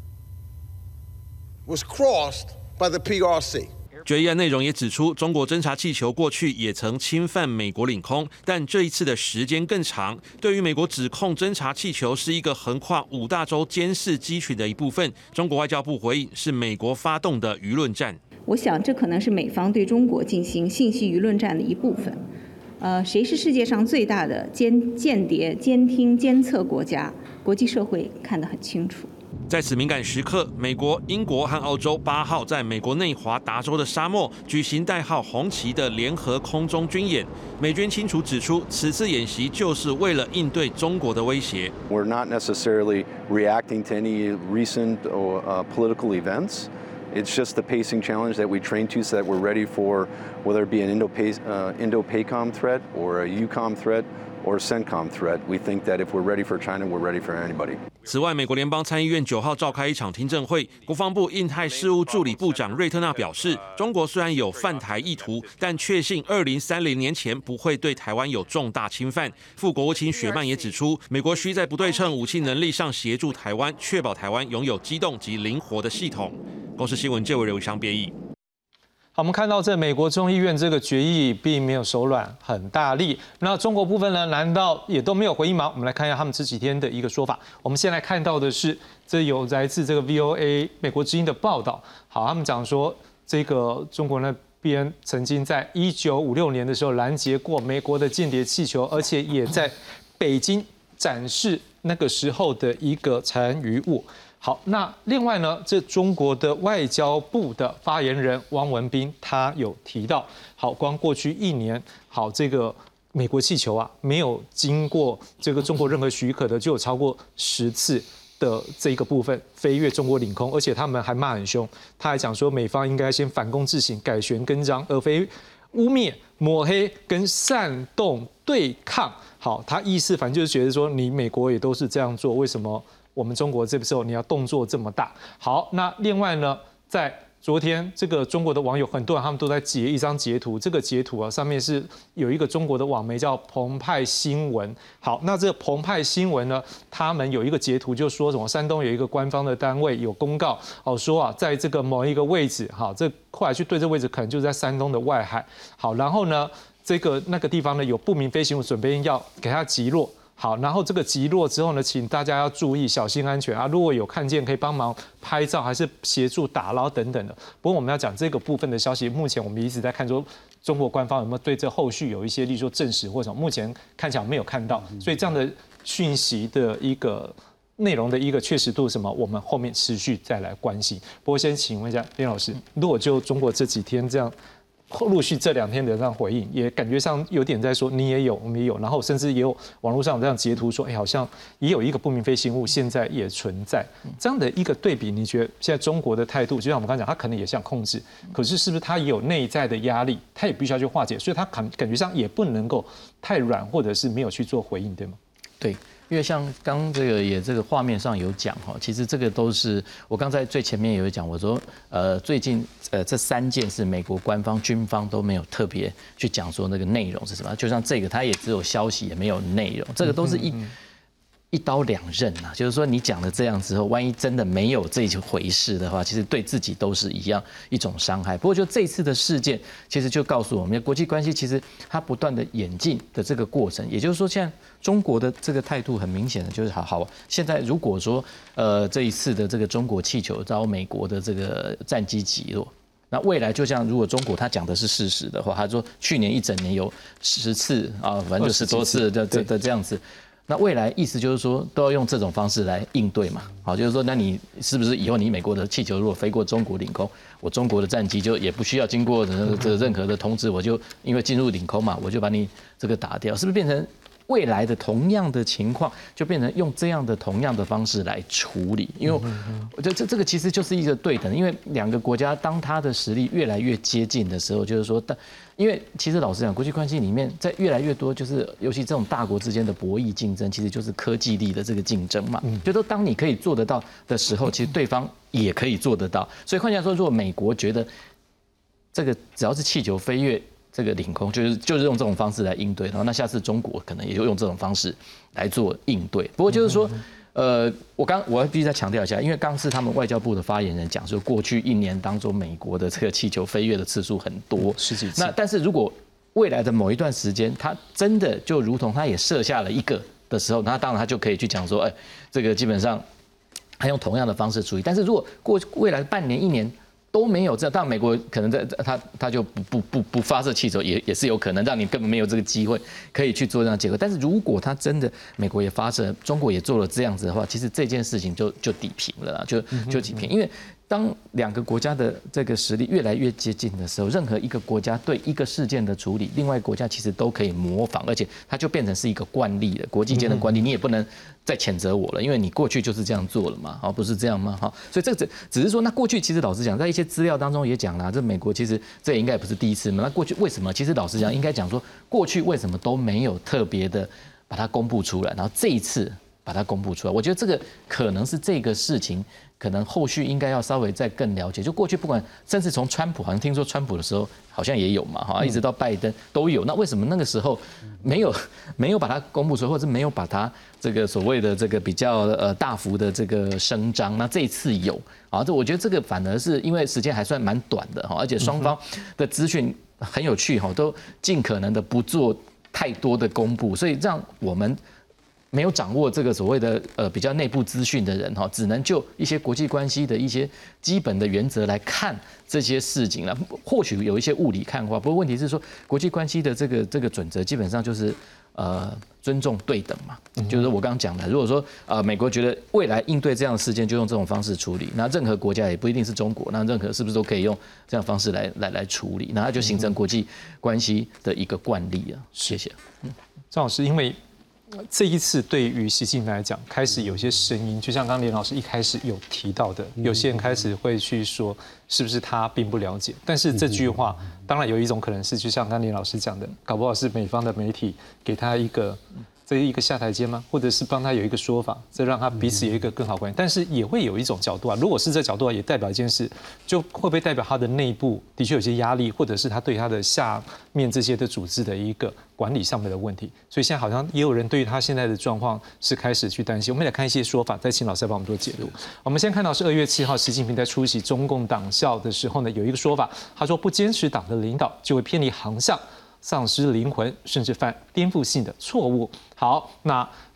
was crossed by the PRC. 决议案内容也指出，中国侦察气球过去也曾侵犯美国领空，但这一次的时间更长。对于美国指控侦察气球是一个横跨5大洲监视机群的一部分，中国外交部回应是美国发动的舆论战。 我想这可能是美方对中国进行信息舆论战的一部分。谁是世界上最大的间谍、监听、监测国家？国际社会看得很清楚。 在此敏感时刻，美国、英国和澳洲8号在美国内华达州的沙漠举行代号“红旗”的联合空中军演。美军清楚指出，此次演习就是为了应对中国的威胁。 We're not necessarily reacting to any recent political events.It's just the pacing challenge that we train to so that we're ready for whether it be an Indo-PACOM threat or a EUCOM threat or a CENTCOM threat. We think that if we're ready for China, we're ready for anybody. 此外，美国联邦参议院9号召开一场听证会，国防部印太事务助理部长瑞特纳表示，中国虽然有犯台意图，但确信2030年前不会对台湾有重大侵犯。副国务卿雪曼也指出，美国需在不对称武器能力上协助台湾，确保台湾拥有机动及灵活的系统。公视新闻这位刘翔编译。 好，我们看到这美国众议院这个决议并没有手软，很大力。那中国部分呢？难道也都没有回应吗？我们来看一下他们这几天的一个说法。我们先来看到的是，这有来自这个 VOA 美国之音的报道。好，他们讲说，这个中国那边曾经在1956年的时候拦截过美国的间谍气球，而且也在北京展示那个时候的一个残余物。好，那另外呢，这中国的外交部的发言人汪文斌他有提到，好，光过去1年，好，这个美国气球啊，没有经过这个中国任何许可的，就有超过10次的这一个部分飞越中国领空，而且他们还骂很凶，他还讲说美方应该先反攻自省，改弦更张，而非污蔑、抹黑跟煽动对抗。好，他意思反正就是觉得说，你美国也都是这样做，为什么我们中国这时候你要动作这么大？好，那另外呢，在昨天这个中国的网友很多人他们都在截一张截图，这个截图啊上面是有一个中国的网媒叫澎湃新闻。好，那这个澎湃新闻呢，他们有一个截图就说什么山东有一个官方的单位有公告说啊，在这个某一个位置，好，这后来去对这位置可能就是在山东的外海。好，然后呢，那个地方呢有不明飞行物准备要给它击落。 好，然后这个击落之后呢，请大家要注意小心安全啊！如果有看见可以帮忙拍照，还是协助打捞等等的。不过我们要讲这个部分的消息，目前我们一直在看说中国官方有没有对这后续有一些，例如说证实或什么，目前看起来没有看到，所以这样的讯息的一个内容的一个确实度什么，我们后面持续再来关心。不过先请问一下林老师，如果就中国这几天这样。陆续这2天的这样回应，也感觉上有点在说你也有，我们也有，然后甚至也有网络上这样截图说，好像也有一个不明飞行物现在也存在这样的一个对比，你觉得现在中国的态度，就像我们刚才讲，他可能也想控制，可是是不是他也有内在的压力，他也必须要去化解，所以他感觉上也不能够太软，或者是没有去做回应，对吗？ 对。因为像刚这个画面上有讲哈，其实这个都是我刚才最前面有讲，我说最近这3件是美国官方军方都没有特别去讲说那个内容是什么，就像这个它也只有消息也没有内容，这个都是一刀2刃呐，就是说你讲了这样之后，万一真的没有这一回事的话，其实对自己都是一种伤害。不过就这次的事件，其实就告诉我们，国际关系其实它不断的演进的这个过程，也就是说，现在中国的这个态度很明显的就是好，现在如果说这一次的这个中国气球遭美国的这个战机击落。那未来就像如果中国他讲的是事实的话，他说去年1整年有10次啊，反正就10多次的这样子。那未来意思就是说，都要用这种方式来应对嘛？好，就是说，那你是不是以后你美国的气球如果飞过中国领空，我中国的战机就也不需要经过任何的通知，我就因为进入领空嘛，我就把你这个打掉，是不是变成未来的同样的情况，就变成用这样的同样的方式来处理？因为我觉得这个其实就是一个对等，因为2个国家当它的实力越来越接近的时候，就是说因为其实老实讲，国际关系里面在越来越多，就是尤其这种大国之间的博弈竞争，其实就是科技力的这个竞争嘛。就说当你可以做得到的时候，其实对方也可以做得到。所以换句话说，如果美国觉得这个只要是气球飞越这个领空，就是用这种方式来应对，然后那下次中国可能也用这种方式来做应对。不过就是说。我必须再强调一下，因为刚是他们外交部的发言人讲说，过去1年当中，美国的这个气球飞越的次数很多，10几次。那但是如果未来的某一段时间，它真的就如同它也射下了一个的时候，那当然它就可以去讲说，这个基本上还用同样的方式处理。但是如果未来半年、1年都没有这样，当然美国可能他就不发射气球也是有可能，让你根本没有这个机会可以去做这样的结果。但是如果他真的美国也发射，中国也做了这样子的话，其实这件事情就抵平了啦，就抵平，因为。当2个国家的这个实力越来越接近的时候，任何一个国家对一个事件的处理，另外国家其实都可以模仿，而且它就变成是一个惯例了，国际间的惯例，你也不能再谴责我了，因为你过去就是这样做了嘛，好，不是这样吗？好，所以这个只是说，那过去其实老实讲，在一些资料当中也讲了，这美国其实这也应该也不是第一次嘛。那过去为什么？其实老实讲，应该讲说，过去为什么都没有特别的把它公布出来，然后这一次把它公布出来，我觉得这个可能是这个事情。可能后续应该要稍微再更了解，就过去不管，甚至从川普，好像听说川普的时候好像也有嘛，哈，一直到拜登都有。那为什么那个时候没有把它公布出来，或者是没有把它这个所谓的这个比较大幅的这个声张？那这一次有啊，这我觉得这个反而是因为时间还算蛮短的哈，而且双方的资讯很有趣哈，都尽可能的不做太多的公布，所以让我们。没有掌握这个所谓的比较内部资讯的人哈，只能就一些国际关系的一些基本的原则来看这些事情了。或许有一些雾里看花，不过问题是说国际关系的这个准则基本上就是尊重对等嘛，就是我刚刚讲的，如果说美国觉得未来应对这样的事件就用这种方式处理，那任何国家也不一定是中国，那任何是不是都可以用这样的方式来处理，那它就形成国际关系的一个惯例啊。谢谢。 张老师，因为。这一次对于习近平来讲，开始有些声音，就像刚刚连老师一开始有提到的，有些人开始会去说，是不是他并不了解？但是这句话，当然有一种可能是，就像刚刚连老师讲的，搞不好是美方的媒体给他一个下台阶吗？或者是帮他有一个说法，这让他彼此有一个更好关系。但是也会有一种角度啊，如果是这角度啊，也代表一件事，就会不会代表他的内部的确有些压力，或者是他对他的下面这些的组织的一个管理上面的问题。所以现在好像也有人对于他现在的状况是开始去担心。我们来看一些说法，再请老师来帮我们做解读。我们先看到是2月7号，习近平在出席中共党校的时候呢，有一个说法，他说不坚持党的领导就会偏离航向。丧失灵魂，甚至犯颠覆性的错误。好，那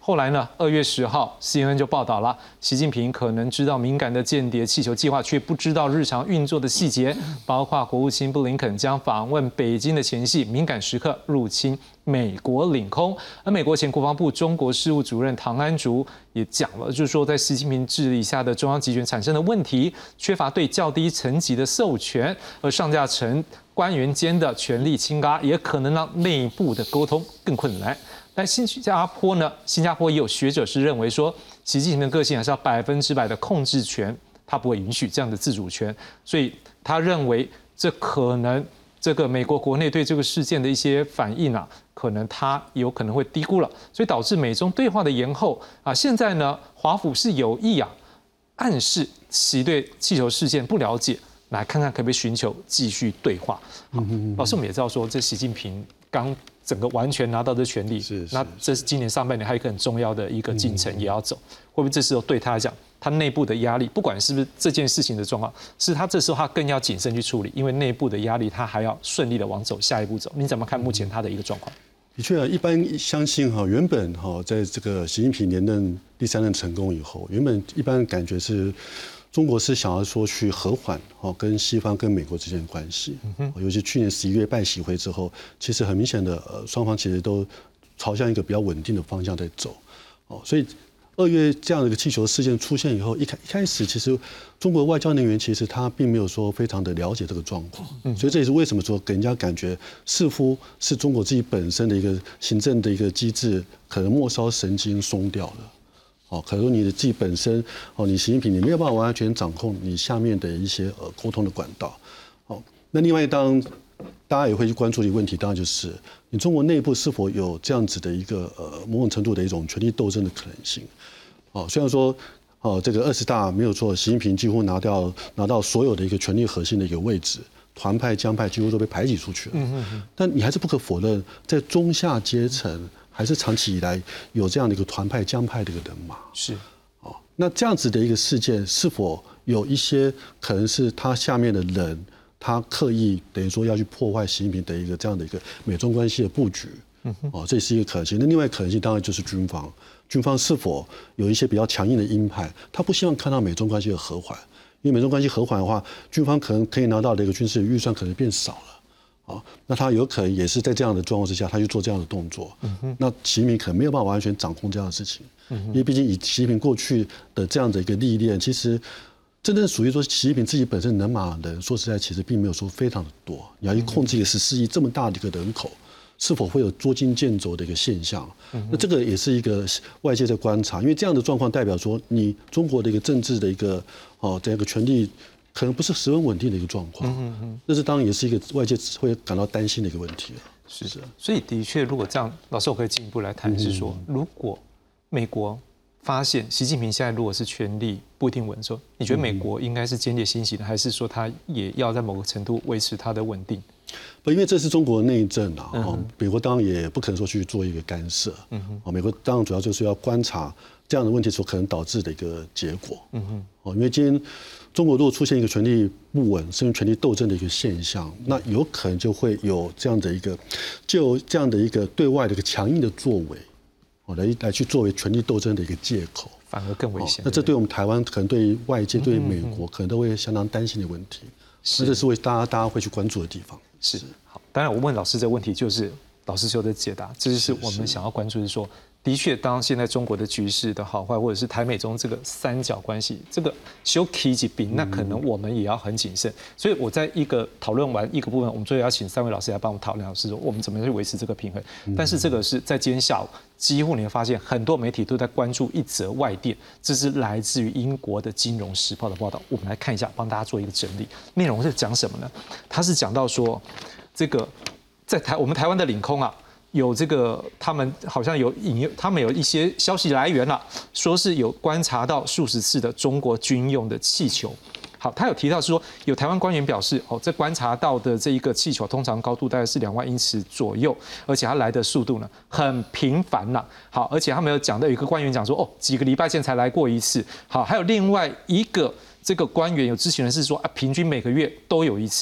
后来呢，2月10号 CNN 就报道了，习近平可能知道敏感的间谍气球计划，却不知道日常运作的细节，包括国务卿布林肯将访问北京的前夕，敏感时刻入侵美国领空。而美国前国防部中国事务主任唐安竹也讲了，就是说在习近平治理下的中央集权产生的问题，缺乏对较低层级的授权，而上下层官员间的权力倾轧，也可能让内部的沟通更困难。但新加坡呢？新加坡也有学者是认为说，习近平的个性还是要100%的控制权，他不会允许这样的自主权，所以他认为这可能这个美国国内对这个事件的一些反应啊，可能他有可能会低估了，所以导致美中对话的延后啊。现在呢，华府是有意暗示习对气球事件不了解，来看看可不可以寻求继续对话。好，老师我们也知道说，这习近平刚整个完全拿到这权利，那这是今年上半年还有一个很重要的一个进程也要走，会不会这时候对他来讲，他内部的压力，不管是不是这件事情的状况，是他这时候他更要谨慎去处理，因为内部的压力他还要顺利的往下一步走。你怎么看目前他的一个状况？ 的确一般相信原本在这个习近平连任第3任成功以后，原本一般感觉是中国是想要说去和缓跟西方跟美国之间的关系，尤其去年11月拜习会之后，其实很明显的双方其实都朝向一个比较稳定的方向在走，所以2月这样的一个气球事件出现以后，一开始其实中国外交人员其实他并没有说非常的了解这个状况，所以这也是为什么说给人家感觉似乎是中国自己本身的一个行政的一个机制可能末梢神经松掉了。可能你的自己本身，你习近平你没有办法完全掌控你下面的一些沟通的管道。那另外当大家也会去关注的一个问题，当然就是你中国内部是否有这样子的一个某种程度的一种权力斗争的可能性。虽然说这个20大没有错，习近平几乎拿到所有的一个权力核心的一个位置，团派江派几乎都被排挤出去了。但你还是不可否认，在中下阶层还是长期以来有这样的一个团派江派的一个人马。 是， 那这样子的一个事件，是否有一些可能是他下面的人，他刻意等于说要去破坏习近平的一个这样的一个美中关系的布局？这是一个可能性。那另外可能性当然就是军方是否有一些比较强硬的鹰派，他不希望看到美中关系的和缓，因为美中关系和缓的话，军方可能可以拿到的一个军事预算可能变少了。那他有可能也是在这样的状况之下，他去做这样的动作。那习近平可能没有办法完全掌控这样的事情，因为毕竟以习近平过去的这样的一个历练，其实真正属于说习近平自己本身人马的人，说实在其实并没有说非常的多。你要去控制一个14亿这么大的一个人口，是否会有捉襟见肘的一个现象？那这个也是一个外界在观察，因为这样的状况代表说，你中国的一个政治的一个这个权力可能不是十分稳定的一个状况，这是当然也是一个外界会感到担心的一个问题。 是的，所以的确，如果这样，老师我可以进一步来谈，是说，如果美国发现习近平现在如果是权力不一定稳的时候，你觉得美国应该是见猎欣喜的，还是说他也要在某个程度维持它的稳定？ 不，因为这是中国内政美国当然也不可能说去做一个干涉。美国当然主要就是要观察这样的问题所可能导致的一个结果。因为今天中国如果出现一个权力不稳甚至权力斗争的一个现象，那有可能就会有这样的一个对外的一个强硬的作为，来去作为权力斗争的一个借口， 反而更危险。 那这对我们台湾可能对于外界对于美国可能都会相当担心的问题。那这是为大家会去关注的地方。 是好，当然我问老师这个问题，就是老师有的解答，这就是我们想要关注的是说，的确，当现在中国的局势的好坏，或者是台美中这个三角关系，这个修 K 级兵，那可能我们也要很谨慎。所以我在一个讨论完一个部分，我们最后要请3位老师来帮我们讨论，老师说我们怎么样去维持这个平衡。但是这个是在今天下午，几乎你会发现很多媒体都在关注一则外电，这是来自于英国的《金融时报》的报道。我们来看一下，帮大家做一个整理。内容是讲什么呢？它是讲到说，这个在我们台湾的领空啊。有这个，他们好像他们有一些消息来源了，说是有观察到数十次的中国军用的气球。好，他有提到说，有台湾官员表示，这观察到的这一个气球，通常高度大概是2万英尺左右，而且它来的速度呢很频繁啦。好，而且他们有讲到，有一个官员讲说，几个礼拜前才来过一次。好，还有另外一个这个官员有知情人士说，平均每个月都有一次。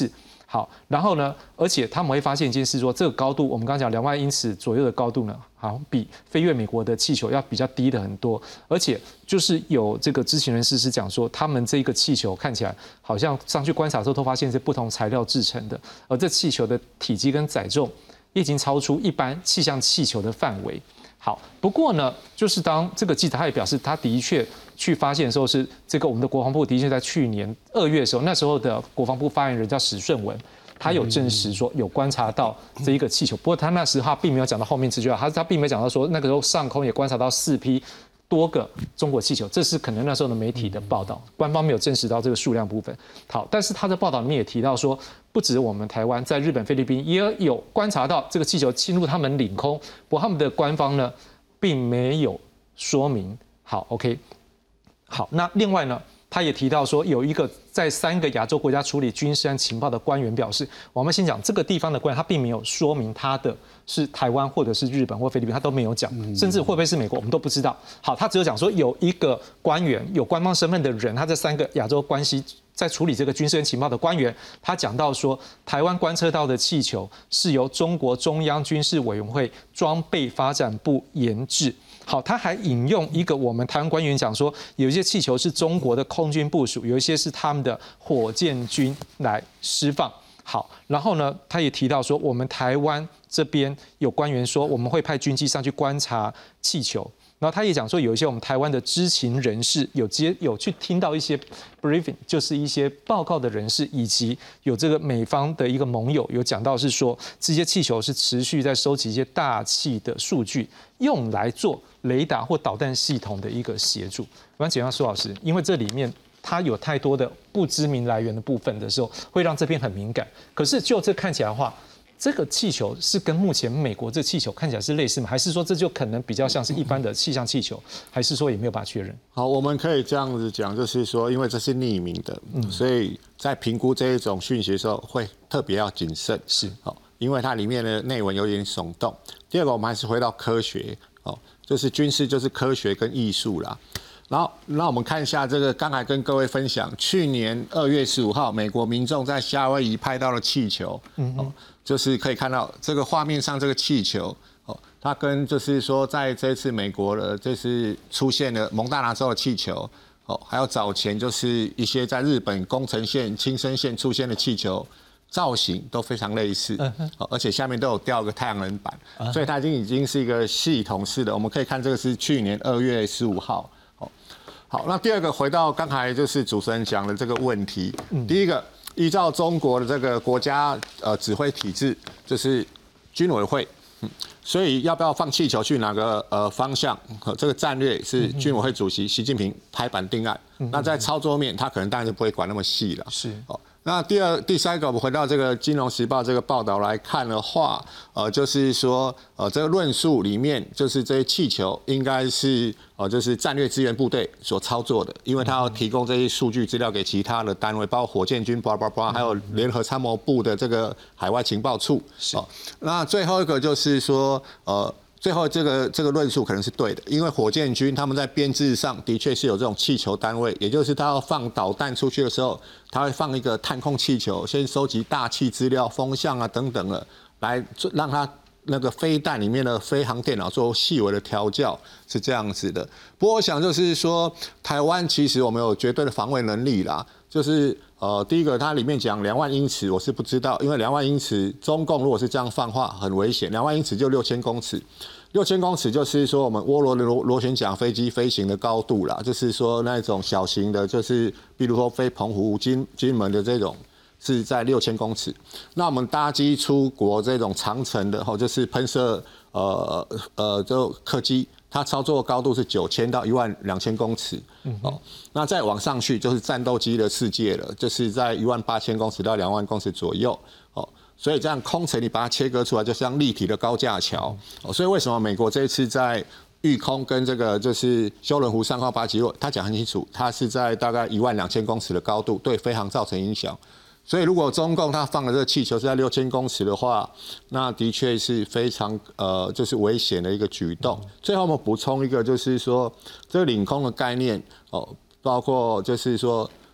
好，然后呢，而且他们会发现一件事说，这个高度我们刚刚讲2万英尺左右的高度呢，好像比飞越美国的气球要比较低的很多，而且就是有这个知情人士是讲说，他们这个气球看起来好像上去观察之后都发现是不同材料制成的，而这气球的体积跟载重已经超出一般气象气球的范围。好，不过呢，就是当这个记者他也表示，他的确去发现的时候是这个我们的国防部的确在去年2月的时候，那时候的国防部发言人叫史顺文，他有证实说有观察到这一个气球，不过他那时他并没有讲到后面这句话，他并没有讲到说那个时候上空也观察到4批多个中国气球，这是可能那时候的媒体的报道，官方没有证实到这个数量部分。好，但是他的报道里面也提到说，不止我们台湾，在日本、菲律宾也有观察到这个气球侵入他们领空，不过他们的官方呢并没有说明。好 ，OK， 好，那另外呢，他也提到说，有一个在3个亚洲国家处理军事和情报的官员表示，我们先讲这个地方的官员，他并没有说明他的是台湾或者是日本或菲律宾，他都没有讲，甚至会不会是美国，我们都不知道。好，他只有讲说有一个官员，有官方身份的人，他在3个亚洲关系在处理这个军事和情报的官员，他讲到说，台湾观测到的气球是由中国中央军事委员会装备发展部研制。好，他还引用一个我们台湾官员讲说，有一些气球是中国的空军部署，有一些是他们的火箭军来释放。好，然后呢，他也提到说，我们台湾这边有官员说，我们会派军机上去观察气球。然后他也讲说，有一些我们台湾的知情人士有去听到一些 briefing， 就是一些报告的人士，以及有这个美方的一个盟友有讲到是说，这些气球是持续在收集一些大气的数据，用来做雷达或导弹系统的一个协助。我想请问苏老师，因为这里面它有太多的不知名来源的部分的时候，会让这边很敏感。可是就这看起来的话，这个气球是跟目前美国这气球看起来是类似吗？还是说这就可能比较像是一般的气象气球？还是说也没有办法确认？ 好，我们可以这样子讲，就是说，因为这是匿名的，所以在评估这一种讯息的时候，会特别要谨慎。 是， 好，因为它里面的内文有点耸动。第二个，我们还是回到科学，哦，就是军事就是科学跟艺术啦。然后，让我们看一下这个，刚才跟各位分享，去年2月15号，美国民众在夏威夷拍到了气球，就是可以看到这个画面上这个气球，它跟就是说在这次美国的这次出现了蒙大拿州的气球，还有早前就是一些在日本宫城县、青森县出现的气球。造型都非常类似，而且下面都有吊个太阳能板，所以它已经是一个系统式的。我们可以看这个是去年2月15号。好，那第二个回到刚才就是主持人讲的这个问题，第一个依照中国的这个国家指挥体制，就是军委会，所以要不要放气球去哪个方向，这个战略是军委会主席习近平拍板定案。那在操作面，他可能当然就不会管那么细了。 是。 那第三个，我们回到这个《金融时报》这个报道来看的话，就是说，这个论述里面，就是这些气球应该是就是战略支援部队所操作的，因为他要提供这些数据资料给其他的单位，包括火箭军，还有联合参谋部的这个海外情报处。那最后一个就是说，最后这个论述可能是对的，因为火箭军他们在编制上的确是有这种气球单位，也就是他要放导弹出去的时候，他会放一个探空气球，先收集大气资料、风向啊等等的，来让它那个飞弹里面的飞航电脑做细微的调教，是这样子的。不过我想就是说，台湾其实我们有绝对的防卫能力啦，就是第一个，它里面讲2万英尺，我是不知道，因为2万英尺，中共如果是这样放话，很危险。2万英尺就6000公尺，6000公尺就是说我们涡轮的螺旋桨飞机飞行的高度啦，就是说那种小型的，就是比如说飞澎湖、金门的这种，是在6000公尺。那我们搭机出国这种长程的，就是喷射就客机。它操作高度是9000到12000公尺，那再往上去就是战斗机的世界了，就是在18000公尺到2万公尺左右，所以这样空层你把它切割出来，就像立体的高架桥，所以为什么美国这一次在御空跟这个就是休伦湖3号8级落，他讲很清楚，它是在大概12000公尺的高度，对飞航造成影响。所以，如果中共它放的这个气球是在6000公尺的话，那的确是非常就是危险的一个举动。最后我们补充一个，就是说这个领空的概念包括就是说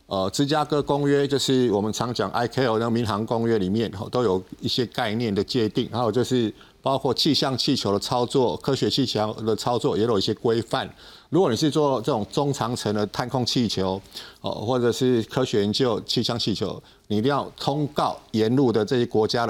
芝加哥公约就是我们常讲 ICAO 那民航公约里面都有一些概念的界定，还有就是包括气象气球的操作、科学气球的操作也有一些规范。如果你是做这种中长程的探空气球，或者是科学研究气象气球，你一定要通告沿路的这些国家的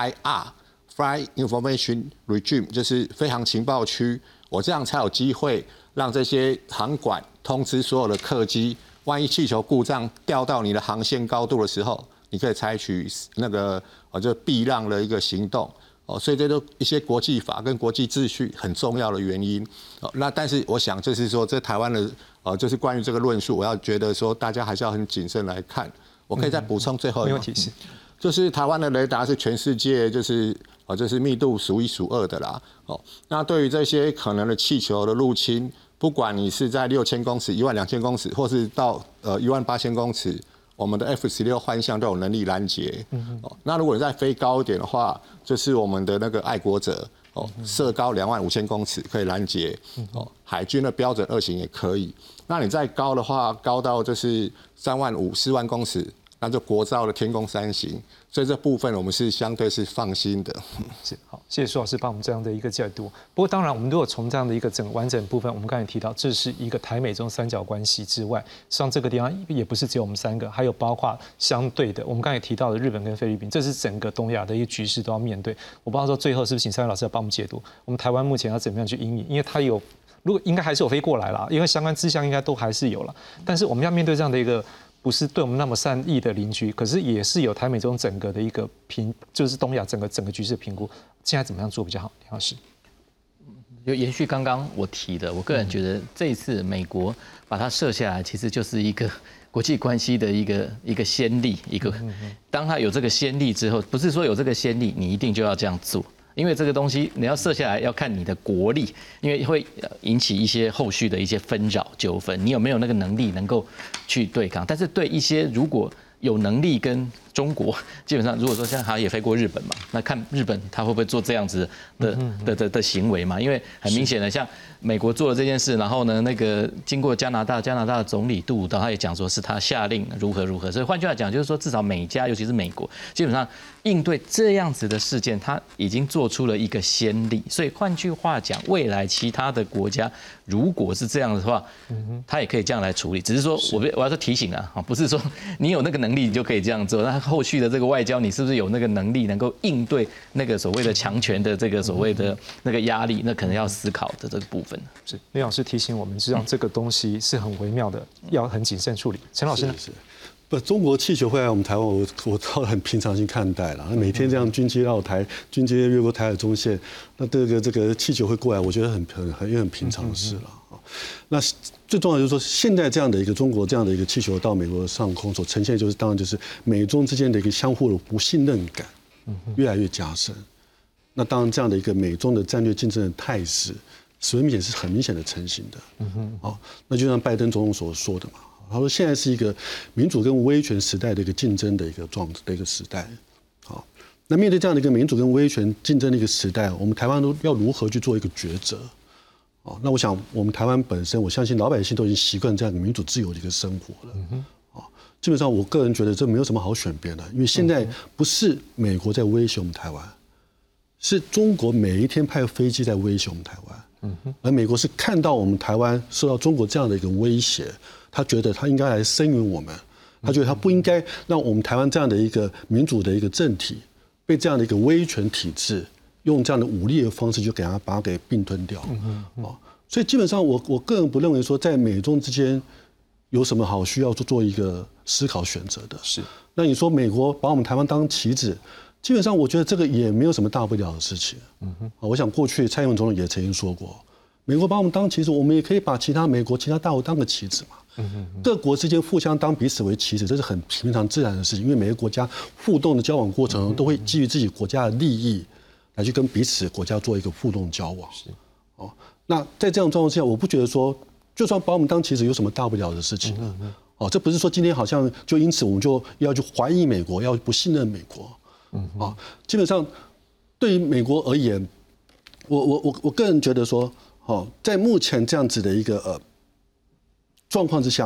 FIR。Flight Information Regime 就是飞行情报区，我这样才有机会让这些航管通知所有的客机，万一气球故障掉到你的航线高度的时候，你可以采取那个就避让的一个行动。所以这都一些国际法跟国际秩序很重要的原因。那但是我想就是说，这台湾的就是关于这个论述，我要觉得说大家还是要很谨慎来看。我可以再补充最后一个。没问题，是。就是台湾的雷达是全世界就是密度数1数2的啦。那对于这些可能的气球的入侵，不管你是在6000公尺、12000公尺，或是到18000公尺，我们的 F-16幻象都有能力拦截。那如果你再飞高一点的话，就是我们的那个爱国者射高25000公尺可以拦截。海军的标准2型也可以。那你再高的话，高到就是35000、4万公尺。那就国造的天宫3型，所以这部分我们是相对是放心的。 是好，谢谢苏老师帮我们这样的一个解读。不过当然，我们如果从这样的一个完整部分，我们刚才提到，这是一个台美中三角关系之外，像这个地方也不是只有我们3个，还有包括相对的，我们刚才提到的日本跟菲律宾，这是整个东亚的一个局势都要面对。我不知道说最后是不是请3位老师要帮我们解读，我们台湾目前要怎么样去因应，因为它有。如果应该还是有飞过来啦，因为相关志向应该都还是有了，但是我们要面对这样的一个不是对我们那么善意的邻居，可是也是有台美中整个的一个就是东亚整个局势的评估，现在怎么样做比较好？梁老师， 就延续刚刚我提的，我个人觉得这一次美国把它设下来，其实就是一个国际关系的一个先例，当它有这个先例之后，不是说有这个先例你一定就要这样做。因为这个东西你要设下来，要看你的国力，因为会引起一些后续的一些纷扰纠纷，你有没有那个能力能够去对抗？但是对一些如果有能力跟中国，基本上如果说像他也飞过日本嘛，那看日本他会不会做这样子的行为嘛？因为很明显的，像美国做了这件事，然后呢，那个经过加拿大的总理杜鲁道，他也讲说是他下令如何，所以换句话讲，就是说至少美加，尤其是美国，基本上应对这样子的事件，他已经做出了一个先例。所以换句话讲，未来其他的国家如果是这样的话，他也可以这样来处理。只是说我要说提醒啊，不是说你有那个能力你就可以这样做，那后续的这个外交，你是不是有那个能力能够应对那个所谓的强权的这个所谓的那个压力？那可能要思考的这个部分。 是李老师提醒我们，实际上这个东西是很微妙的，要很谨慎处理。陈老师呢？ 不，中国气球会来我们台湾，我倒很平常心看待了。每天这样军机绕台，军机越过台海中线，那这个气球会过来，我觉得很平常的事了。那最重要就是说，现在这样的一个中国这样的一个气球到美国上空所呈现，就是当然就是美中之间的一个相互的不信任感越来越加深。那当然这样的一个美中的战略竞争的态势，是很明显的成型的。那就像拜登总统所说的嘛，他说现在是一个民主跟威权时代的一个竞争的一个时代。好，那面对这样的一个民主跟威权竞争的一个时代，我们台湾都要如何去做一个抉择？那我想我们台湾本身，我相信老百姓都已经习惯这样民主自由的一个生活了。基本上我个人觉得这没有什么好选边的，因为现在不是美国在威胁我们台湾，是中国每一天派飞机在威胁我们台湾。而美国是看到我们台湾受到中国这样的一个威胁，他觉得他应该来声援我们，他觉得他不应该让我们台湾这样的一个民主的一个政体被这样的一个威权体制用这样的武力的方式就把它给并吞掉。所以基本上我个人不认为说在美中之间有什么好需要做一个思考选择的。是，那你说美国把我们台湾当棋子，基本上我觉得这个也没有什么大不了的事情。我想过去蔡英文总统也曾经说过，美国把我们当棋子，我们也可以把美国其他大国当个棋子嘛。各国之间互相当彼此为棋子，这是很平常自然的事情。因为每个国家互动的交往过程中，都会基于自己国家的利益来去跟彼此国家做一个互动交往。那在这样状况之下，我不觉得说，就算把我们当棋子，有什么大不了的事情？这不是说今天好像就因此我们就要去怀疑美国，要不信任美国。基本上对于美国而言，我个人觉得说，在目前这样子的一个状况之下，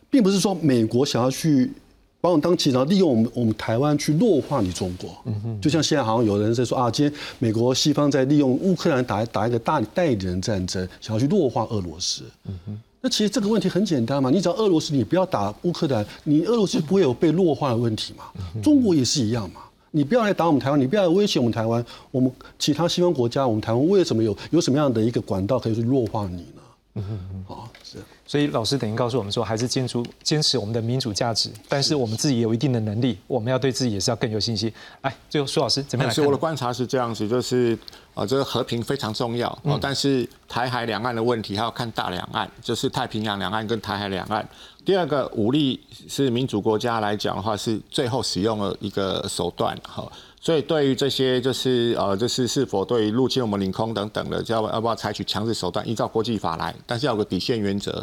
并不是说美国想要去把我们当棋子，利用我们台湾去弱化你中国。就像现在好像有人在说啊，今天美国西方在利用乌克兰打一个大代理人战争，想要去弱化俄罗斯。那其实这个问题很简单嘛，你只要俄罗斯你不要打乌克兰，你俄罗斯不会有被弱化的问题嘛。中国也是一样嘛，你不要来打我们台湾，你不要来威胁我们台湾，我们其他西方国家，我们台湾为什么有什么样的一个管道可以去弱化你呢？是。 所以老师等于告诉我们说，还是坚持我们的民主价值，但是我们自己也有一定的能力，我们要对自己也是要更有信心。哎，最后苏老师怎么样来看？ 我的观察是这样子，就是这个和平非常重要，但是台海两岸的问题还要看大两岸，就是太平洋两岸跟台海两岸。第二个，武力是民主国家来讲的话，是最后使用的一个手段哈。所以对于这些就是是否对于入侵我们领空等等的，要不要采取强制手段，依照国际法来，但是要有个底线原则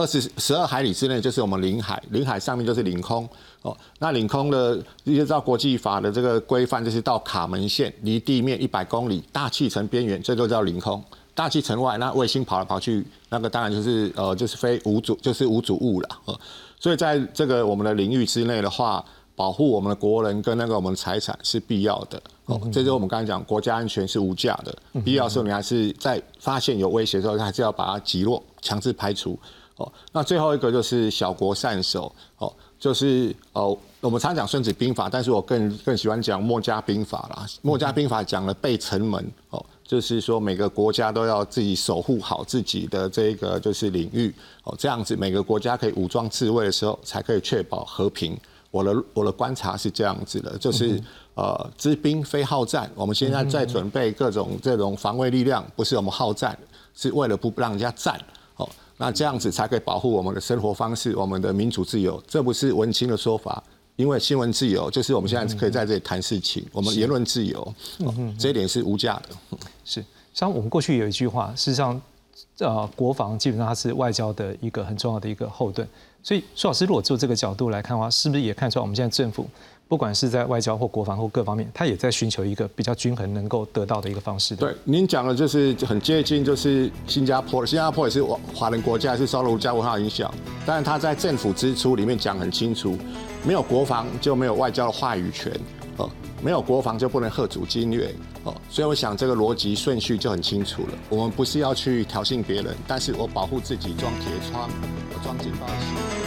，12海里之内就是我们领海，领海上面就是领空哦。那领空的依照国际法的这个规范，就是到卡门线离地面100公里，大气层边缘，这就叫领空。大气层外，那卫星跑来跑去，那个当然就是非无主物了。所以在这个我们的领域之内的话，保护我们的国人跟我们的财产是必要的。这就是我们刚才讲，国家安全是无价的，必要的时候你还是在发现有威胁的时候，还是要把它击落，强制排除。那最后一个就是小国善守。就是我们常讲《孙子兵法》，但是我更喜欢讲墨家兵法啦。墨家兵法讲了背城门，就是说每个国家都要自己守护好自己的这个就是领域，这样子每个国家可以武装自卫的时候，才可以确保和平。我的观察是这样子的，就是知兵非好战。我们现在在准备各种这种防卫力量，不是我们好战，是为了不让人家战。那这样子才可以保护我们的生活方式，我们的民主自由。这不是文青的说法，因为新闻自由就是我们现在可以在这里谈事情，我们言论自由，这一点是无价的。 是，像我们过去有一句话，事实上，国防基本上它是外交的一个很重要的一个后盾。所以苏老师，如果就这个角度来看的话，是不是也看出来我们现在政府不管是在外交或国防或各方面，他也在寻求一个比较均衡能够得到的一个方式？ 对，您讲的就是很接近，就是新加坡也是华人国家，也是受儒家文化影响，但是他在政府支出里面讲很清楚，没有国防就没有外交的话语权，没有国防就不能嚇阻侵略，所以我想这个逻辑顺序就很清楚了。我们不是要去挑衅别人，但是我保护自己，装铁窗，我装警报器。